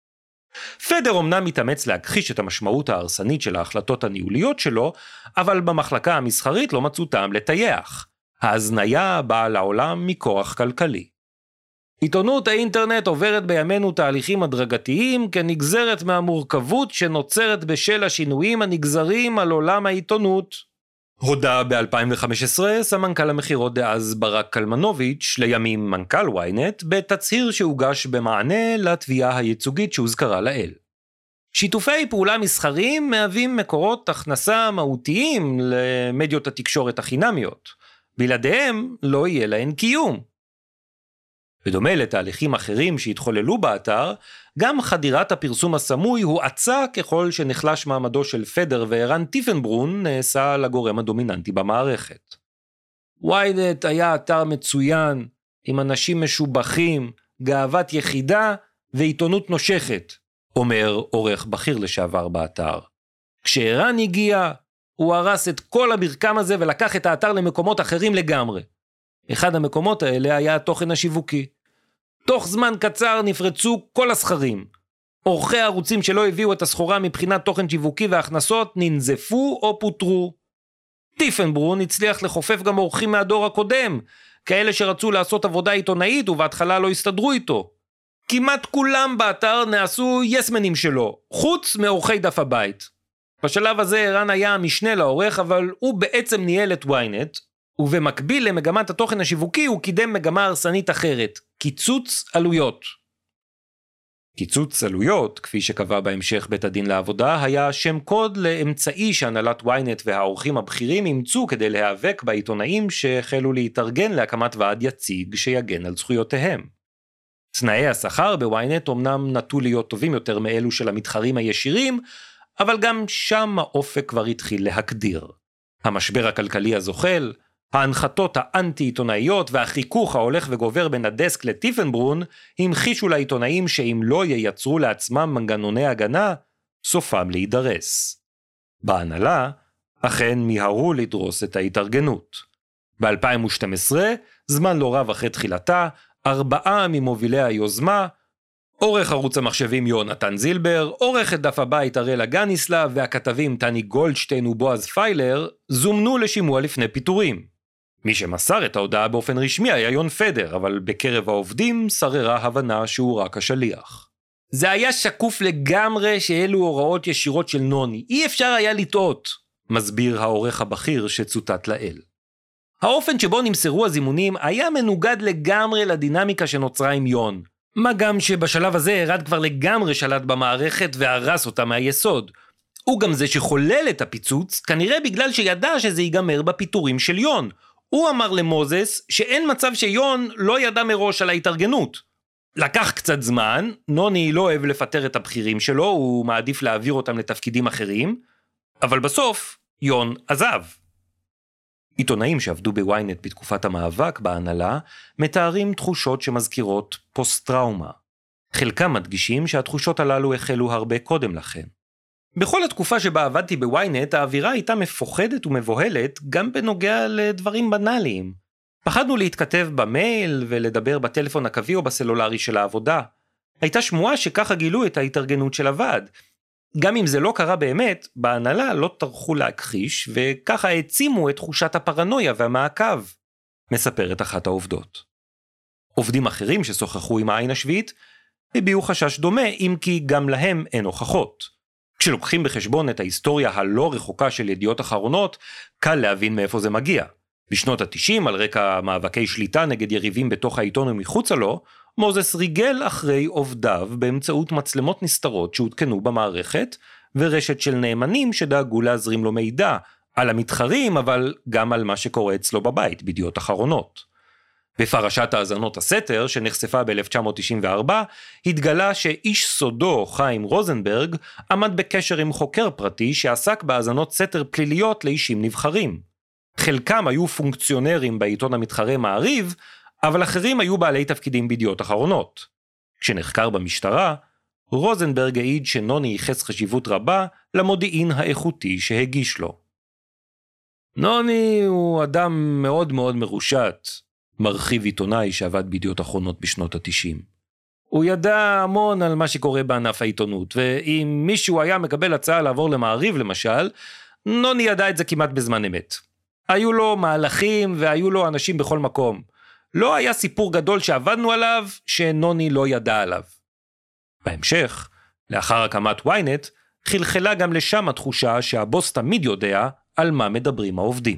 פדר אמנם מתאמץ להכחיש את המשמעות ההרסנית של ההחלטות הניהוליות שלו, אבל במחלקה המסחרית לא מצאו טעם לטייח. ההזניה באה לעולם מכוח כלכלי. עיתונות האינטרנט עוברת בימינו תהליכים הדרגתיים כנגזרת מהמורכבות שנוצרת בשל השינויים הנגזרים על עולם העיתונות. הודה ב-2015 סמנכ"ל המחירות דאז ברק קלמנוביץ', לימים מנכ"ל ynet, בתצהיר שהוגש במענה לתביעה הייצוגית שהוזכרה לאל. שיתופי פעולה מסחריים מהווים מקורות הכנסה מהותיים למדיות התקשורת החינמיות. בלעדיהם לא יהיה להן קיום. בדומה לתהליכים אחרים שהתחוללו באתר, גם חדירת הפרסום הסמוי הואצה ככל שנחלש מעמדו של פדר וערן טיפנברון נעשה לגורם הדומיננטי במערכת. ynet היה אתר מצוין, עם אנשים משובחים, גאוות יחידה ועיתונות נושכת, אומר עורך בכיר לשעבר באתר. כשערן הגיע, הוא הרס את כל המרקם הזה ולקח את האתר למקומות אחרים לגמרי. אחד המקומות האלה היה התוכן השיווקי. תוך זמן קצר נפרצו כל הסחרים. עורכי הערוצים שלא הביאו את הסחורה מבחינת תוכן שיווקי והכנסות ננזפו או פוטרו. טיפנברון הצליח לחופף גם עורכים מהדור הקודם, כאלה שרצו לעשות עבודה עיתונאית ובהתחלה לא הסתדרו איתו. כמעט כולם באתר נעשו יסמנים שלו, חוץ מעורכי דף הבית. בשלב הזה ערן היה המשנה לעורך, אבל הוא בעצם ניהל את ynet, ובמקביל למגמת התוכן השיווקי הוא קידם מגמה הרסנית אחרת, קיצוץ עלויות. קיצוץ עלויות, כפי שקבע בהמשך בית הדין לעבודה, היה שם קוד לאמצעי שהנהלת ynet והעורכים הבכירים אימצו כדי להיאבק בעיתונאים שהחלו להתארגן להקמת ועד יציג שיגן על זכויותיהם. תנאי השכר ב-ynet אמנם נטו להיות טובים יותר מאלו של המתחרים הישירים, אבל גם שם האופק כבר התחיל להקדיר. המשבר הכלכלי הזוחל, ההנחתות האנטי-עיתונאיות והחיכוך ההולך וגובר בין הדסק לטיפנברון המחישו לעיתונאים שאם לא ייצרו לעצמם מנגנוני הגנה, סופם להידרס. בהנהלה, אכן מיהרו לדרוס את ההתארגנות. ב-2012, זמן לא רב אחרי תחילתה, 4 ממובילי היוזמה עורך ערוץ המחשבים יונתן זילבר, עורכת דף הבית אראלה גניסלב והכתבים טני גולדשטיין ובועז פיילר זומנו לשימוע לפני פיטורים. מי שמסר את ההודעה באופן רשמי היה יון פדר, אבל בקרב העובדים שררה הבנה שהוא רק השליח. זה היה שקוף לגמרי שאלו הוראות ישירות של נוני, אי אפשר היה לטעות, מסביר העורך הבכיר שצוטט לאל. האופן שבו נמסרו הזימונים היה מנוגד לגמרי לדינמיקה שנוצרה עם יון, מה גם שבשלב הזה הרד כבר לגמרי שלט במערכת והרס אותה מהיסוד. הוא גם זה שחולל את הפיצוץ, כנראה בגלל שידע שזה ייגמר בפיטורים של יון. הוא אמר למוזס שאין מצב שיון לא ידע מראש על ההתארגנות. לקח קצת זמן, נוני לא אוהב לפטר את הבכירים שלו, הוא מעדיף להעביר אותם לתפקידים אחרים, אבל בסוף יון עזב. עיתונאים שעבדו בוויינט בתקופת המאבק בהנהלה, מתארים תחושות שמזכירות פוסט-טראומה. חלקם מדגישים שהתחושות הללו החלו הרבה קודם לכן. בכל התקופה שבה עבדתי בוויינט, האווירה הייתה מפוחדת ומבוהלת גם בנוגע לדברים בנאליים. פחדנו להתכתב במייל ולדבר בטלפון הקווי או בסלולרי של העבודה. הייתה שמועה שככה גילו את ההתארגנות של הוועד. גם אם זה לא קרה באמת, בהנהלה לא טרחו להכחיש, וככה העצימו את תחושת הפרנויה והמעקב, מספרת אחת העובדות. עובדים אחרים ששוחחו עם העין השביעית, הביעו חשש דומה, אם כי גם להם אין הוכחות. כשלוקחים בחשבון את ההיסטוריה הלא רחוקה של ידיעות אחרונות, קל להבין מאיפה זה מגיע. בשנות ה-90, על רקע מאבקי שליטה נגד יריבים בתוך העיתון ומחוצה לו, מוזס ריגל אחרי עובדיו באמצעות מצלמות נסתרות שהותקנו במערכת, ורשת של נאמנים שדאגו להזרים לו מידע על המתחרים, אבל גם על מה שקורה אצלו בבית, בידיעות אחרונות. בפרשת האזנות הסתר, שנחשפה ב-1994, התגלה שאיש סודו, חיים רוזנברג, עמד בקשר עם חוקר פרטי שעסק בהאזנות סתר פליליות לאישים נבחרים. חלקם היו פונקציונרים בעיתון המתחרה מעריב, אבל אחרים היו בעלי תפקידים בידיעות אחרונות. כשנחקר במשטרה, רוזנברג העיד שנוני ייחס חשיבות רבה למודיעין האיכותי שהגיש לו. נוני הוא אדם מאוד מאוד מרושת, מרחיב עיתונאי שעבד בידיעות אחרונות בשנות ה-90. הוא ידע המון על מה שקורה בענף העיתונות, ואם מישהו היה מקבל הצעה לעבור למעריב למשל, נוני ידע את זה כמעט בזמן אמת. היו לו מהלכים והיו לו אנשים בכל מקום. לא היה סיפור גדול שעבדנו עליו שנוני לא ידע עליו. בהמשך, לאחר הקמת וויינט, חלחלה גם לשם התחושה שהבוס תמיד יודע על מה מדברים העובדים.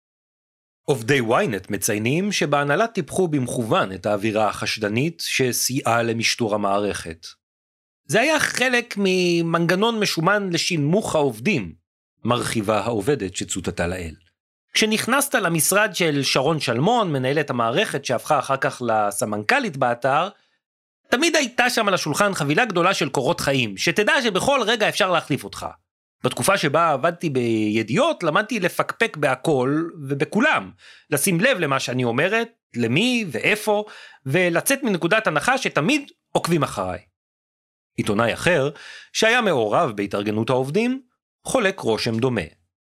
עובדי וויינט מציינים שבהנהלה טיפחו במכוון את האווירה החשדנית שסייעה למשטור המערכת. זה היה חלק ממנגנון משומן לשינמוך העובדים, מרחיבה העובדת שצוטטה לאל. כשנכנסת למשרד של שרון שלמון, מנהלת המערכת שהפכה אחר כך לסמנכ"לית באתר, תמיד הייתה שם על השולחן חבילה גדולה של קורות חיים, שתדע שבכל רגע אפשר להחליף אותך. בתקופה שבה עבדתי בידיעות, למדתי לפקפק בהכל ובכולם, לשים לב למה שאני אומרת, למי ואיפה, ולצאת מנקודת הנחה שתמיד עוקבים אחריי. עיתונאי אחר, שהיה מעורב בהתארגנות העובדים, חולק רושם דומה.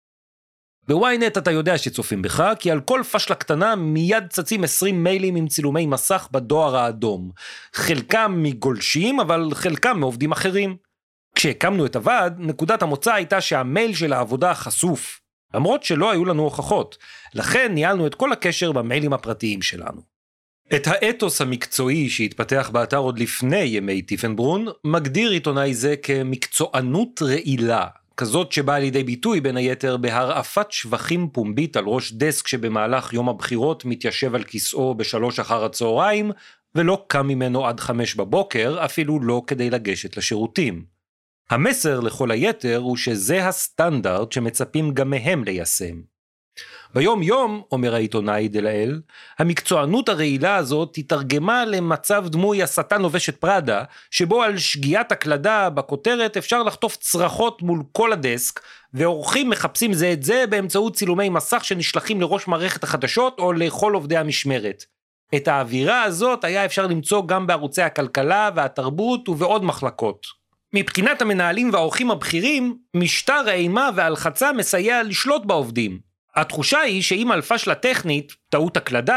בוויינט אתה יודע שצופים בך, כי על כל פשלה קטנה מיד צצים 20 מיילים עם צילומי מסך בדואר האדום. חלקם מגולשים, אבל חלקם מעובדים אחרים. כשהקמנו את הוועד, נקודת המוצא הייתה שהמייל של העבודה חשוף, למרות שלא היו לנו הוכחות. לכן ניהלנו את כל הקשר במיילים הפרטיים שלנו. את האתוס המקצועי שהתפתח באתר עוד לפני ימי טיפנברון, מגדיר עיתונאי זה כמקצוענות רעילה, כזאת שבאה לידי ביטוי בין היתר בהרעפת שבחים פומבית על ראש דסק שבמהלך יום הבחירות מתיישב על כיסאו ב3 אחר הצהריים, ולא קם ממנו עד 5 בבוקר, אפילו לא כדי לגשת לשירותים. המסר לכל היתר הוא שזה הסטנדרט שמצפים גם מהם ליישם. ביום יום, אומר העיתונאי דלאל, המקצוענות הרעילה הזאת תתרגמה למצב דמוי השטן לובש את פראדה, שבו על שגיאת הקלדה בכותרת אפשר לחטוף צרחות מול כל הדסק, ואורחים מחפשים זה את זה באמצעות צילומי מסך שנשלחים לראש מערכת החדשות או לכל עובדי המשמרת. את האווירה הזאת היה אפשר למצוא גם בערוצי הכלכלה והתרבות ובעוד מחלקות. מבחינת המנהלים והאורחים הבכירים, משטר האימה והלחצה מסייע לשלוט בעובדים. התחושה היא שאם על פשלה טכנית, טעות הקלדה,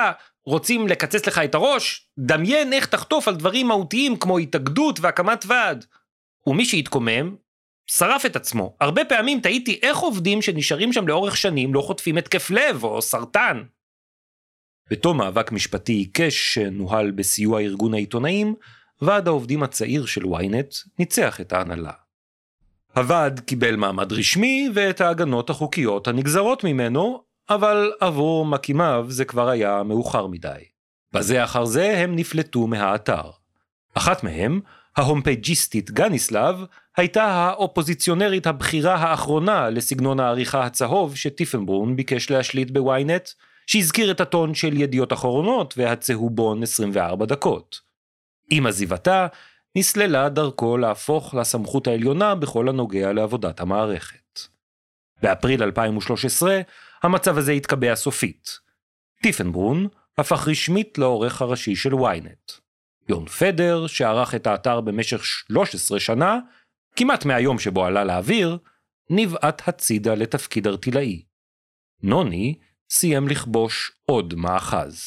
רוצים לקצץ לך את הראש? דמיין איך תחטוף על דברים מהותיים כמו התאגדות והקמת ועד. ומי שהתקומם, שרף את עצמו. הרבה פעמים תהיתי איך עובדים שנשארים שם לאורך שנים לא חוטפים התקף לב או סרטן. בתום מאבק משפטי עיקש שנוהל בסיוע ארגון העיתונאים, ועד העובדים הצעיר של וויינט ניצח את ההנהלה. הוועד קיבל מעמד רשמי ואת ההגנות החוקיות הנגזרות ממנו, אבל עבור מקימיו זה כבר היה מאוחר מדי. בזה אחר זה הם נפלטו מהאתר. אחת מהם, ההומפייג'יסטית גניסלב, הייתה האופוזיציונרית הבחירה האחרונה לסגנון העריכה הצהוב שטיפנברון ביקש להשליט בוויינט, שהזכיר את הטון של ידיעות אחרונות והצהובון 24 דקות. עם עזיבתה, נסללה דרכו להפוך לסמכות העליונה בכל הנוגע לעבודת המערכת. באפריל 2013, המצב הזה התקבע סופית. טיפנברון הפך רשמית לעורך הראשי של וויינט. יון פדר, שערך את האתר במשך 13 שנה, כמעט מהיום שבו עלה לאוויר, נבעט הצידה לתפקיד ארטילאי. נוני סיים לכבוש עוד מאחז.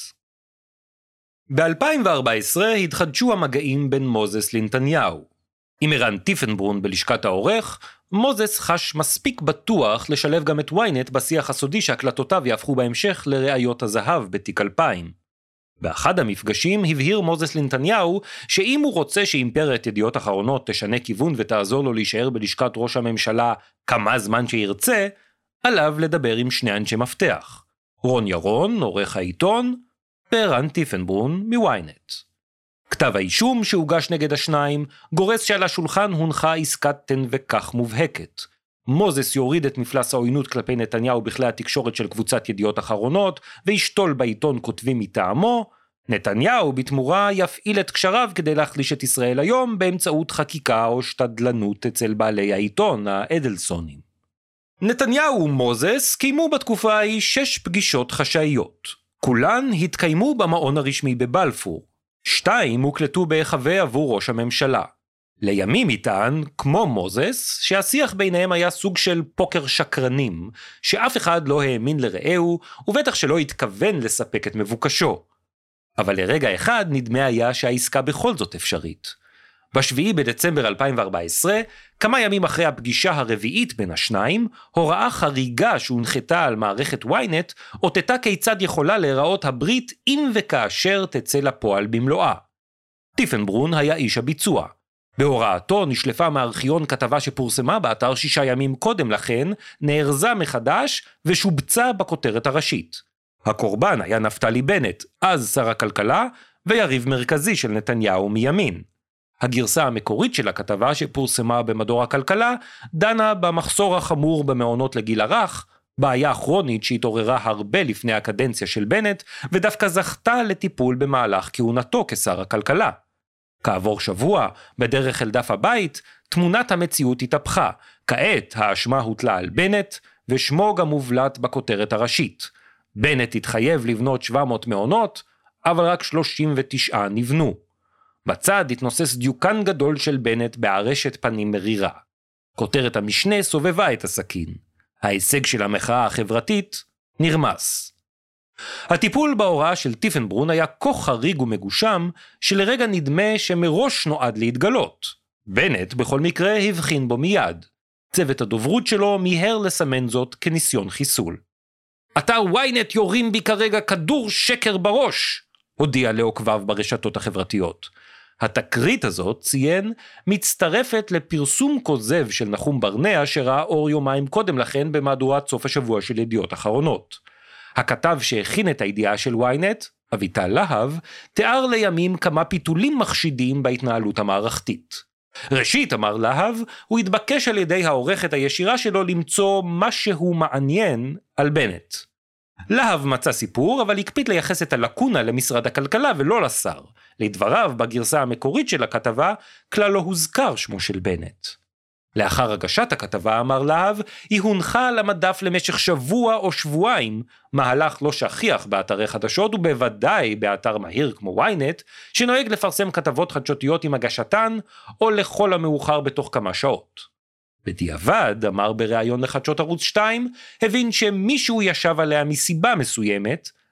ב-2014 התחדשו המגעים בין מוזס לנתניהו. עם ערן טיפנברון בלשכת העורך, מוזס חש מספיק בטוח לשלב גם את וויינט בשיח הסודי שהקלטותיו יהפכו בהמשך לראיות הזהב בתיק 2000. באחד המפגשים הבהיר מוזס לנתניהו שאם הוא רוצה שאימפריית ידיעות אחרונות תשנה כיוון ותעזור לו להישאר בלשכת ראש הממשלה כמה זמן שירצה, עליו לדבר עם שני אנשי מפתח. רון ירון, עורך העיתון, וערן טיפנברון מוויינט. כתב האישום שהוגש נגד השניים גורס שעל השולחן הונחה עסקת תן וכך מובהקת. מוזס יוריד את מפלס העוינות כלפי נתניהו בכלי התקשורת של קבוצת ידיעות אחרונות וישתול בעיתון כותבים מטעמו, נתניהו בתמורה יפעיל את קשריו כדי להחליש את ישראל היום באמצעות חקיקה או שתדלנות אצל בעלי העיתון, האדלסונים. נתניהו ומוזס קיימו בתקופה ההיא 6 פגישות חשאיות. כולן התקיימו במעון הרשמי בבלפור. 2 הוקלטו בהיחווה עבור ראש הממשלה. לימים איתן, כמו מוזס, שהשיח ביניהם היה סוג של פוקר שקרנים, שאף אחד לא האמין לרעהו, ובטח שלא התכוון לספק את מבוקשו. אבל לרגע אחד נדמה היה שהעסקה בכל זאת אפשרית. ב7 בדצמבר 2014, כמה ימים אחרי הפגישה הרביעית בין השניים, הוראה חריגה שהונחתה על מערכת וויינט, אותתה כיצד יכולה להיראות הברית אם וכאשר תצא לפועל במלואה. טיפנברון היה איש הביצוע. בהוראתו נשלפה מארכיון כתבה שפורסמה באתר 6 ימים קודם לכן, נארזה מחדש ושובצה בכותרת הראשית. הקורבן היה נפתלי בנט, אז שר הכלכלה, ויריב מרכזי של נתניהו מימין. הגרסה המקורית של הכתבה שפורסמה במדור הכלכלה, דנה במחסור החמור במעונות לגיל הרך, בעיה כרונית שהתעוררה הרבה לפני הקדנציה של בנט, ודווקא זכתה לטיפול במהלך כהונתו כשר הכלכלה. כעבור שבוע, בדרך אל דף הבית, תמונת המציאות התהפכה. כעת האשמה הוטלה על בנט, ושמו גם מובלט בכותרת הראשית. בנט התחייב לבנות 700 מעונות, אבל רק 39 נבנו. בצד התנוסס דיוקן גדול של בנט בארשת פנים מרירה. כותרת המשנה סובבה את הסכין. ההישג של המחאה החברתית נרמס. הטיפול בהוראה של טיפנברון היה כה חריג ומגושם, שלרגע נדמה שמראש נועד להתגלות. בנט בכל מקרה הבחין בו מיד. צוות הדוברות שלו מיהר לסמן זאת כניסיון חיסול. אתר וויינט יורים בי כרגע כדור שקר בראש, הודיע לעוקביו ברשתות החברתיות. התקרית הזאת, ציין, מצטרפת לפרסום כוזב של נחום ברנע שראה אור יומיים קודם לכן במהדורת סוף השבוע של ידיעות אחרונות. הכתב שהכין את הידיעה של וויינט, אביטל להב, תיאר לימים כמה פיתולים מחשידים בהתנהלות המערכתית. ראשית, אמר להב, הוא התבקש על ידי העורכת הישירה שלו למצוא משהו מעניין על בנט. להב מצא סיפור, אבל הקפיד לייחס את הלקונה למשרד הכלכלה ולא לשר. לדבריו, בגרסה המקורית של הכתבה, כלל לא הוזכר שמו של בנט. לאחר הגשת הכתבה, אמר להב, היא הונחה על המדף למשך שבוע או שבועיים, מהלך לא שכיח באתרי חדשות ובוודאי באתר מהיר כמו וויינט, שנוהג לפרסם כתבות חדשותיות עם הגשתן, או לכל המאוחר בתוך כמה שעות. בדיעבד, אמר בריאיון לחדשות ערוץ 2, הבין שמישהו ישב עליה מסיבה מסוימת,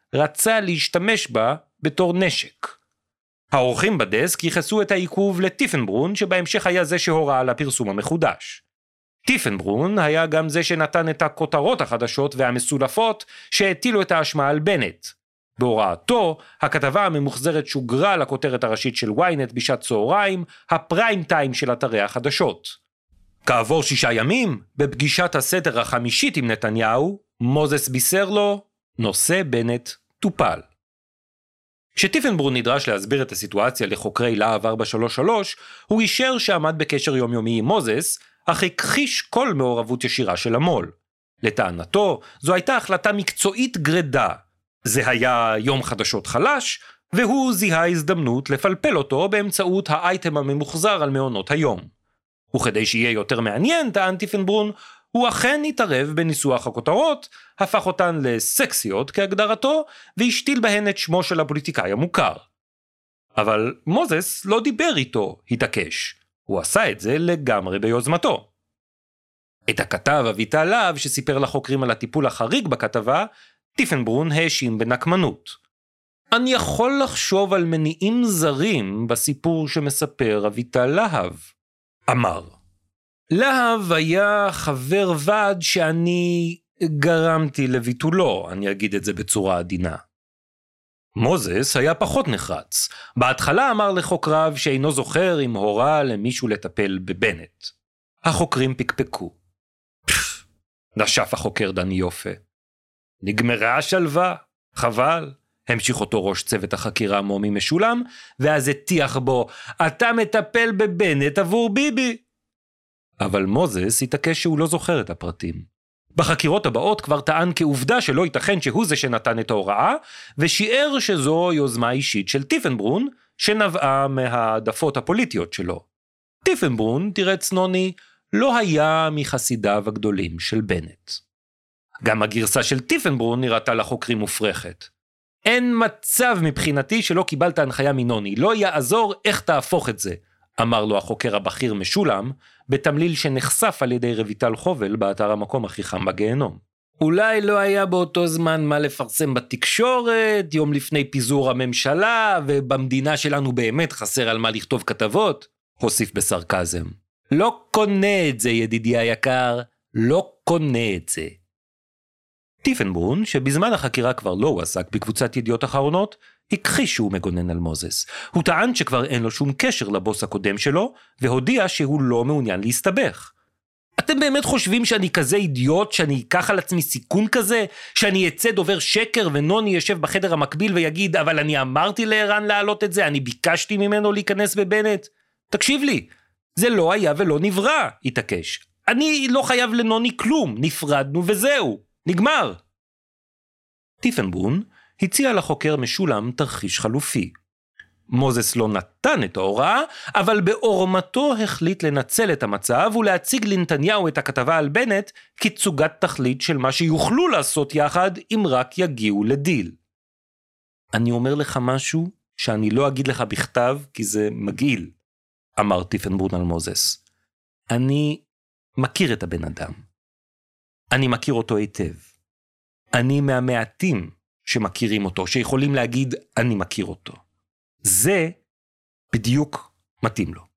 רצה להשתמש בה בתור נשק. האורחים בדסק ייחסו את העיכוב לטיפנברון, שבהמשך היה זה שהורה על הפרסום המחודש. טיפנברון היה גם זה שנתן את הכותרות החדשות והמסולפות שהטילו את האשמה על בנט. בהוראתו, הכתבה הממוחזרת שוגרה לכותרת הראשית של ynet בשעת צהריים, הפריים טיים של אתרי החדשות. כעבור 6 ימים, בפגישת הסתר החמישית עם נתניהו, מוזס בישר לו, נושא בנט טופל. כשטיפנברון נדרש להסביר את הסיטואציה לחוקרי להב 433, הוא אישר שעמד בקשר יומיומי עם מוזס, אך הכחיש כל מעורבות ישירה של המול. לטענתו, זו הייתה החלטה מקצועית גרדה. זה היה יום חדשות חלש, והוא זיהה הזדמנות לפלפל אותו באמצעות האייטם הממוחזר על מעונות היום. וכדי שיהיה יותר מעניין, טען טיפנברון, הוא אכן התערב בניסוח הכותרות, הפך אותן לסקסיות כהגדרתו, והשתיל בהן את שמו של הפוליטיקאי המוכר. אבל מוזס לא דיבר איתו, התעקש. הוא עשה את זה לגמרי ביוזמתו. את הכתב אביטל להב שסיפר לחוקרים על הטיפול החריג בכתבה, טיפנברון האשים בנקמנות. אני יכול לחשוב על מניעים זרים בסיפור שמספר אביטל להב, אמר. להב היה חבר ועד שאני גרמתי לביטולו, אני אגיד את זה בצורה עדינה. מוזס היה פחות נחרץ. בהתחלה אמר לחוקריו שאינו זוכר אם הורה למישהו לטפל בבנט. החוקרים פקפקו. נשף החוקר דני יופה. נגמרה השלווה, חבל. המשיך אותו ראש צוות החקירה מומי משולם, ואז הטיח בו, אתה מטפל בבנט עבור ביבי. אבל מוזס התעקש שהוא לא זוכר את הפרטים. בחקירות הבאות כבר טען כעובדה שלא ייתכן שהוא זה שנתן את ההוראה, ושיער שזו יוזמה אישית של טיפנברון, שנבעה מהעדפות הפוליטיות שלו. טיפנברון, תירץ נוני, לא היה מחסידיו הגדולים של בנט. גם הגרסה של טיפנברון נראתה לחוקרים מופרכת. אין מצב מבחינתי שלא קיבלת הנחיה מנוני, לא יעזור איך תהפוך את זה, אמר לו החוקר הבכיר משולם, בתמליל שנחשף על ידי רויטל חובל באתר המקום הכי חם בגיהנום. אולי לא היה באותו זמן מה לפרסם בתקשורת, יום לפני פיזור הממשלה, ובמדינה שלנו באמת חסר על מה לכתוב כתבות, הוסיף בסרקזם. לא קונה את זה ידידי היקר, לא קונה את זה. טיפנברון, שבזמן החקירה כבר לא הוא עסק בקבוצת ידיעות אחרונות, הכחיש שהוא מגונן על מוזס. הוא טען שכבר אין לו שום קשר לבוס הקודם שלו, והודיע שהוא לא מעוניין להסתבך. אתם באמת חושבים שאני כזה אידיוט, שאני אקח על עצמי סיכון כזה, שאני אצא דובר שקר ונוני יושב בחדר המקביל ויגיד, אבל אני אמרתי לערן להעלות את זה, אני ביקשתי ממנו להיכנס בבנט? תקשיב לי, זה לא היה ולא נברא, התעקש. אני לא חייב לנוני כלום, נפרדנו וזהו, נגמר. טיפנברון הציע לחוקר משולם תרחיש חלופי. מוזס לא נתן את ההוראה, אבל בעורמתו החליט לנצל את המצב ולהציג לנתניהו את הכתבה על בנט כתצוגת תכלית של מה שיוכלו לעשות יחד אם רק יגיעו לדיל. אני אומר לך משהו שאני לא אגיד לך בכתב כי זה מגעיל, אמר טיפנברון על מוזס. אני מכיר את הבן אדם. אני מכיר אותו היטב. אני מהמעטים שמכירים אותו, שיכולים להגיד אני מכיר אותו. זה בדיוק מתאים לו.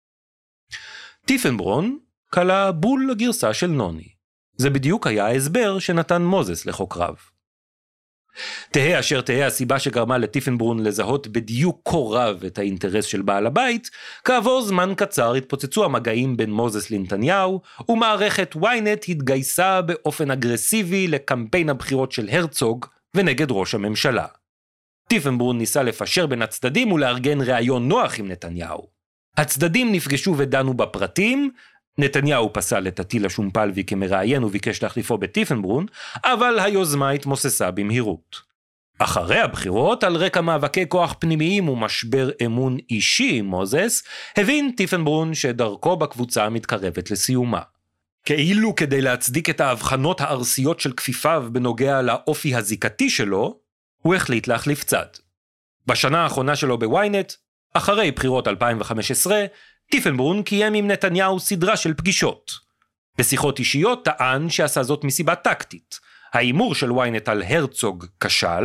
טיפנברון קלה בול לגרסה של נוני. זה בדיוק היה ההסבר שנתן מוזס לחוקריו. תהה אשר תהה הסיבה שגרמה לטיפנברון לזהות בדיוק קורב את האינטרס של בעל הבית, כעבור זמן קצר התפוצצו המגעים בין מוזס לנתניהו, ומערכת ynet התגייסה באופן אגרסיבי לקמפיין הבחירות של הרצוג ונגד ראש הממשלה. טיפנברון ניסה לפשר בין הצדדים ולארגן ראיון נוח עם נתניהו. הצדדים נפגשו ודנו בפרטים, נתניהו פסל את עטילה שומפלבי כמראיין וביקש להחליפו בטיפנברון, אבל היוזמה התמוססה במהירות. אחרי הבחירות, על רקע מאבקי כוח פנימיים ומשבר אמון אישי עם מוזס, הבין טיפנברון שדרכו בקבוצה מתקרבת לסיומה. כאילו כדי להצדיק את ההבחנות הארסיות של כפיפיו בנוגע לאופי הזיקתי שלו, הוא החליט להחליף צד. בשנה האחרונה שלו בוויינט, אחרי בחירות 2015, טיפנברון קיים עם נתניהו סדרה של פגישות. בשיחות אישיות טען שעשה זאת מסיבה טקטית. האימור של ynet על הרצוג כשל,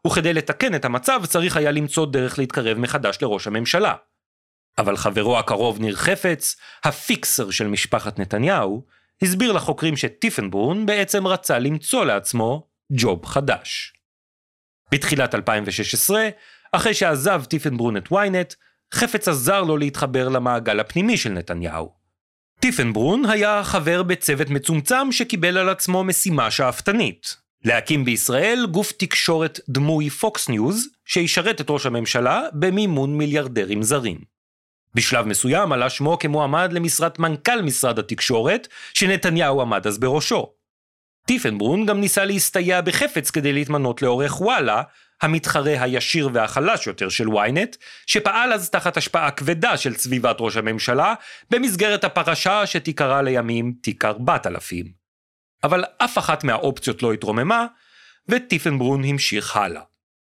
וכדי לתקן את המצב צריך היה למצוא דרך להתקרב מחדש לראש הממשלה. אבל חברו הקרוב ניר חפץ, הפיקסר של משפחת נתניהו, הסביר לחוקרים שטיפנברון בעצם רצה למצוא לעצמו ג'וב חדש. בתחילת 2016, אחרי שעזב טיפנברון את ynet, חפץ עזר לו להתחבר למעגל הפנימי של נתניהו. טיפנברון היה חבר בצוות מצומצם שקיבל על עצמו משימה שאפתנית, להקים בישראל גוף תקשורת דמוי פוקס ניוז, שישרת את ראש הממשלה במימון מיליארדרים זרים. בשלב מסוים עלה שמו כמועמד למשרת מנכ"ל משרד התקשורת, שנתניהו עמד אז בראשו. טיפנברון גם ניסה להסתייע בחפץ כדי להתמנות לעורך וואלה, המתחרה הישיר והחלש יותר של ynet, שפעל אז תחת השפעה כבדה של סביבת ראש הממשלה, במסגרת הפרשה שתיקרא לימים תיק 4000. אבל אף אחת מהאופציות לא התרוממה, וטיפנברון המשיך הלאה.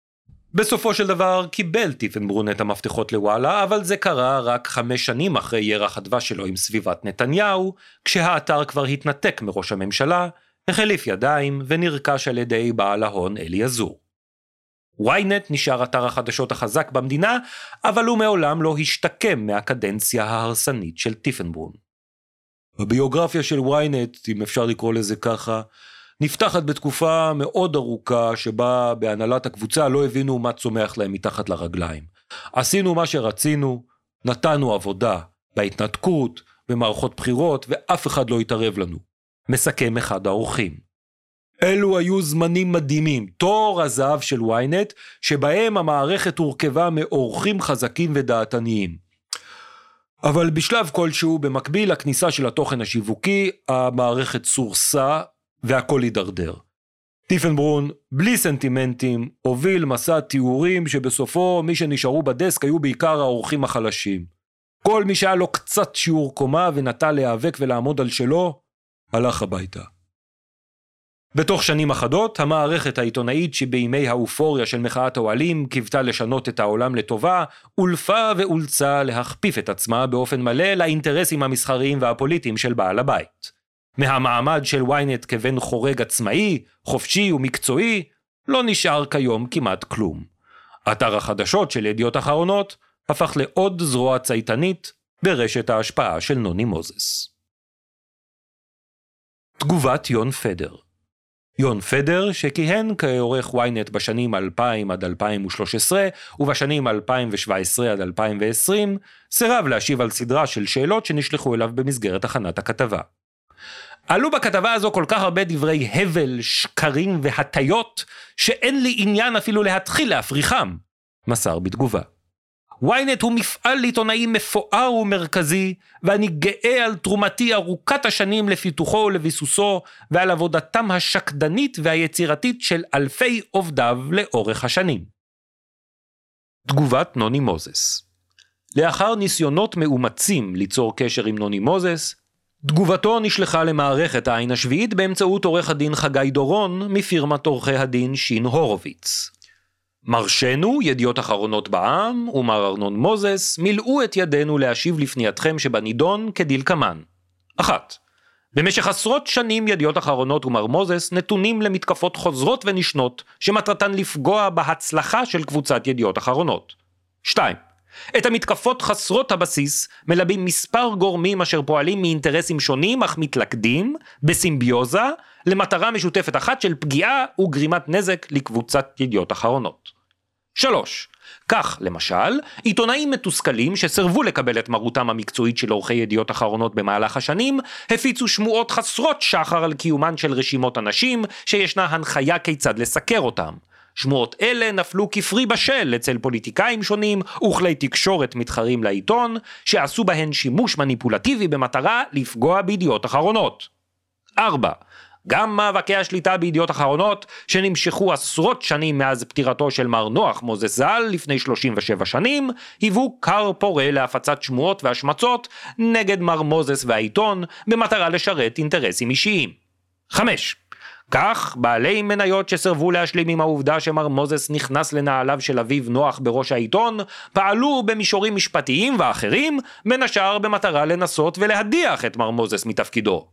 בסופו של דבר קיבל טיפנברון את המפתחות לוואלה, אבל זה קרה רק 5 שנים אחרי ירח הדבש שלו עם סביבת נתניהו, כשהאתר כבר התנתק מראש הממשלה, החליף ידיים ונרכש על ידי בעל ההון אלי עזור. ynet נשאר אתר החדשות החזק במדינה, אבל הוא מעולם לא השתקם מהקדנציה ההרסנית של טיפנברון. הביוגרפיה של ynet, אם אפשר לקרוא לזה ככה, נפתחת בתקופה מאוד ארוכה שבה בהנהלת הקבוצה לא הבינו מה צומח להם מתחת לרגליים. עשינו מה שרצינו, נתנו עבודה, בהתנתקות, במערכות בחירות, ואף אחד לא התערב לנו. מסכם אחד האורחים. אלו היו זמנים מדהימים, תור הזהב של ynet, שבהם המערכת הורכבה מאורחים חזקים ודעתניים. אבל בשלב כלשהו, במקביל לכניסה של התוכן השיווקי, המערכת סורסה והכל הידרדר. טיפנברון, בלי סנטימנטים, הוביל מסע תיאורים שבסופו מי שנשארו בדסק היו בעיקר האורחים החלשים. כל מי שהיה לו קצת שיעור קומה ונטה להיאבק ולעמוד על שלו, הלך הביתה. בתוך שנים אחדות, המערכת העיתונאית שבימי האופוריה של מחאת האוהלים קיוותה לשנות את העולם לטובה, אולפה ואולצה להכפיף את עצמה באופן מלא לאינטרסים המסחריים והפוליטיים של בעל הבית. מהמעמד של ynet כבן חורג עצמאי, חופשי ומקצועי, לא נשאר כיום כמעט כלום. אתר החדשות של ידיעות אחרונות הפך לעוד זרוע צייתנית ברשת ההשפעה של נוני מוזס. תגובת יון פדר. יון פדר, שכיהן כעורך ynet בשנים 2000 עד 2013 ובשנים 2017 עד 2020, סירב להשיב על סדרה של שאלות שנשלחו אליו במסגרת הכנת הכתבה. עלו בכתבה הזו כל כך הרבה דברי הבל, שקרים והטיות, שאין לי עניין אפילו להתחיל להפריחם, מסר בתגובה. ynet הוא מפעל עיתונאי מפואר ומרכזי, ואני גאה על תרומתי ארוכת השנים לפיתוחו ולביסוסו, ועל עבודתם השקדנית והיצירתית של אלפי עובדיו לאורך השנים. תגובת נוני מוזס. לאחר ניסיונות מאומצים ליצור קשר עם נוני מוזס, תגובתו נשלחה למערכת העין השביעית באמצעות עורך הדין חגי דורון מפירמת עורכי הדין שין הורוביץ. מרשנו, ידיעות אחרונות בעם, ומר ארנון מוזס, מילאו את ידינו להשיב לפנייתכם שבנידון כדלקמן. 1. במשך עשרות שנים ידיעות אחרונות ומר מוזס נתונים למתקפות חוזרות ונשנות שמטרתן לפגוע בהצלחה של קבוצת ידיעות אחרונות. 2. את המתקפות חסרות הבסיס מלבים מספר גורמים אשר פועלים מאינטרסים שונים אך מתלכדים בסימביוזה למטרה משותפת אחת של פגיעה וגרימת נזק לקבוצת ידיעות אחרונות. 3. כך, למשל, עיתונאים מתוסכלים שסרבו לקבל את מרותם המקצועית של עורכי ידיעות אחרונות במהלך השנים, הפיצו שמועות חסרות שחר על קיומן של רשימות אנשים שישנה הנחיה כיצד לסקר אותם. שמועות אלה נפלו כפרי בשל אצל פוליטיקאים שונים וכלי תקשורת מתחרים לעיתון, שעשו בהן שימוש מניפולטיבי במטרה לפגוע בידיעות אחרונות. 4. גם מאבקי השליטה בידיעות אחרונות, שנמשכו עשרות שנים מאז פטירתו של מר נוח מוזס ז"ל לפני 37 שנים, היוו כר פורה להפצת שמועות והשמצות נגד מר מוזס והעיתון, במטרה לשרת אינטרסים אישיים. 5. כך, בעלי מניות שסרבו להשלים עם העובדה שמר מוזס נכנס לנעליו של אביו נוח בראש העיתון, פעלו במישורים משפטיים ואחרים, בין השאר במטרה לנסות ולהדיח את מר מוזס מתפקידו.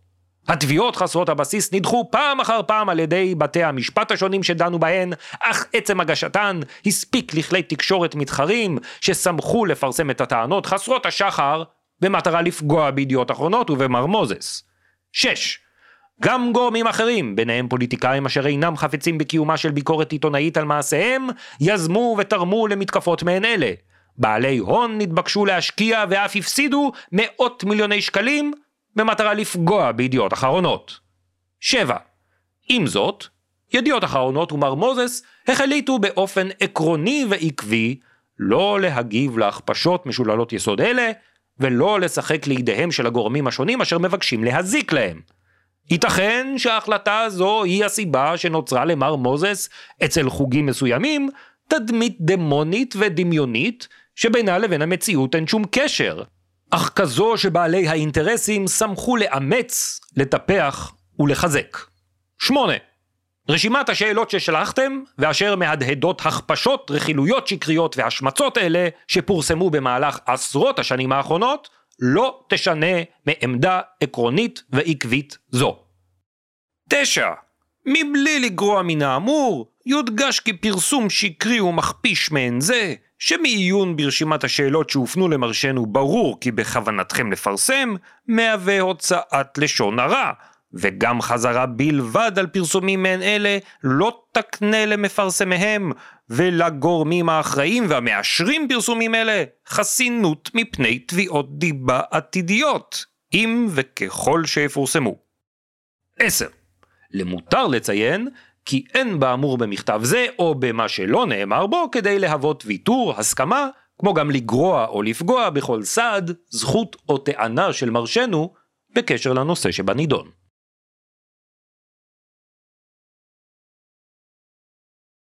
התביעות חסרות הבסיס נדחו פעם אחר פעם על ידי בתי המשפט השונים שדנו בהן, אך עצם הגשתן הספיק לכלי תקשורת מתחרים ששמחו לפרסם את הטענות חסרות השחר במטרה לפגוע בידיעות אחרונות ובמר מוזס. 6. גם גורמים אחרים, ביניהם פוליטיקאים אשר אינם חפצים בקיומה של ביקורת עיתונאית על מעשיהם, יזמו ותרמו למתקפות מעין אלה. בעלי הון נתבקשו להשקיע ואף הפסידו מאות מיליוני שקלים במטרה לפגוע בידיעות אחרונות. 7. עם זאת, ידיעות אחרונות ומר מוזס החליטו באופן עקרוני ועקבי לא להגיב להכפשות משוללות יסוד אלה, ולא לשחק לידיהם של הגורמים השונים אשר מבקשים להזיק להם. ייתכן שההחלטה הזו היא הסיבה שנוצרה למר מוזס אצל חוגים מסוימים תדמית דמונית ודמיונית שבינה לבין המציאות אין שום קשר, אך כזו שבעלי האינטרסים שמחו לאמץ, לטפח ולחזק. 8. רשימת השאלות ששלחתם ואשר מהדהדות הכפשות, רכילויות שקריות והשמצות אלה שפורסמו במהלך עשרות השנים האחרונות לא תשנה מעמדה עקרונית ועקבית זו. 9. מבלי לגרוע מן האמור, יודגש כי פרסום שקרי ומכפיש מעין זה, שמעיון ברשימת השאלות שהופנו למרשנו ברור כי בכוונתכם לפרסם, מהווה הוצאת לשון הרע, וגם חזרה בלבד על פרסומים מעין אלה לא תקנה למפרסמיהם, ולגורמים האחראים והמאשרים פרסומים אלה חסינות מפני תביעות דיבה עתידיות, אם וככל שיפורסמו. 10. למותר לציין כי אין באמור במכתב זה או במה שלא נאמר בו כדי להוות ויתור, הסכמה, כמו גם לגרוע או לפגוע בכל סעד, זכות או טענה של מרשנו בקשר לנושא שבנידון.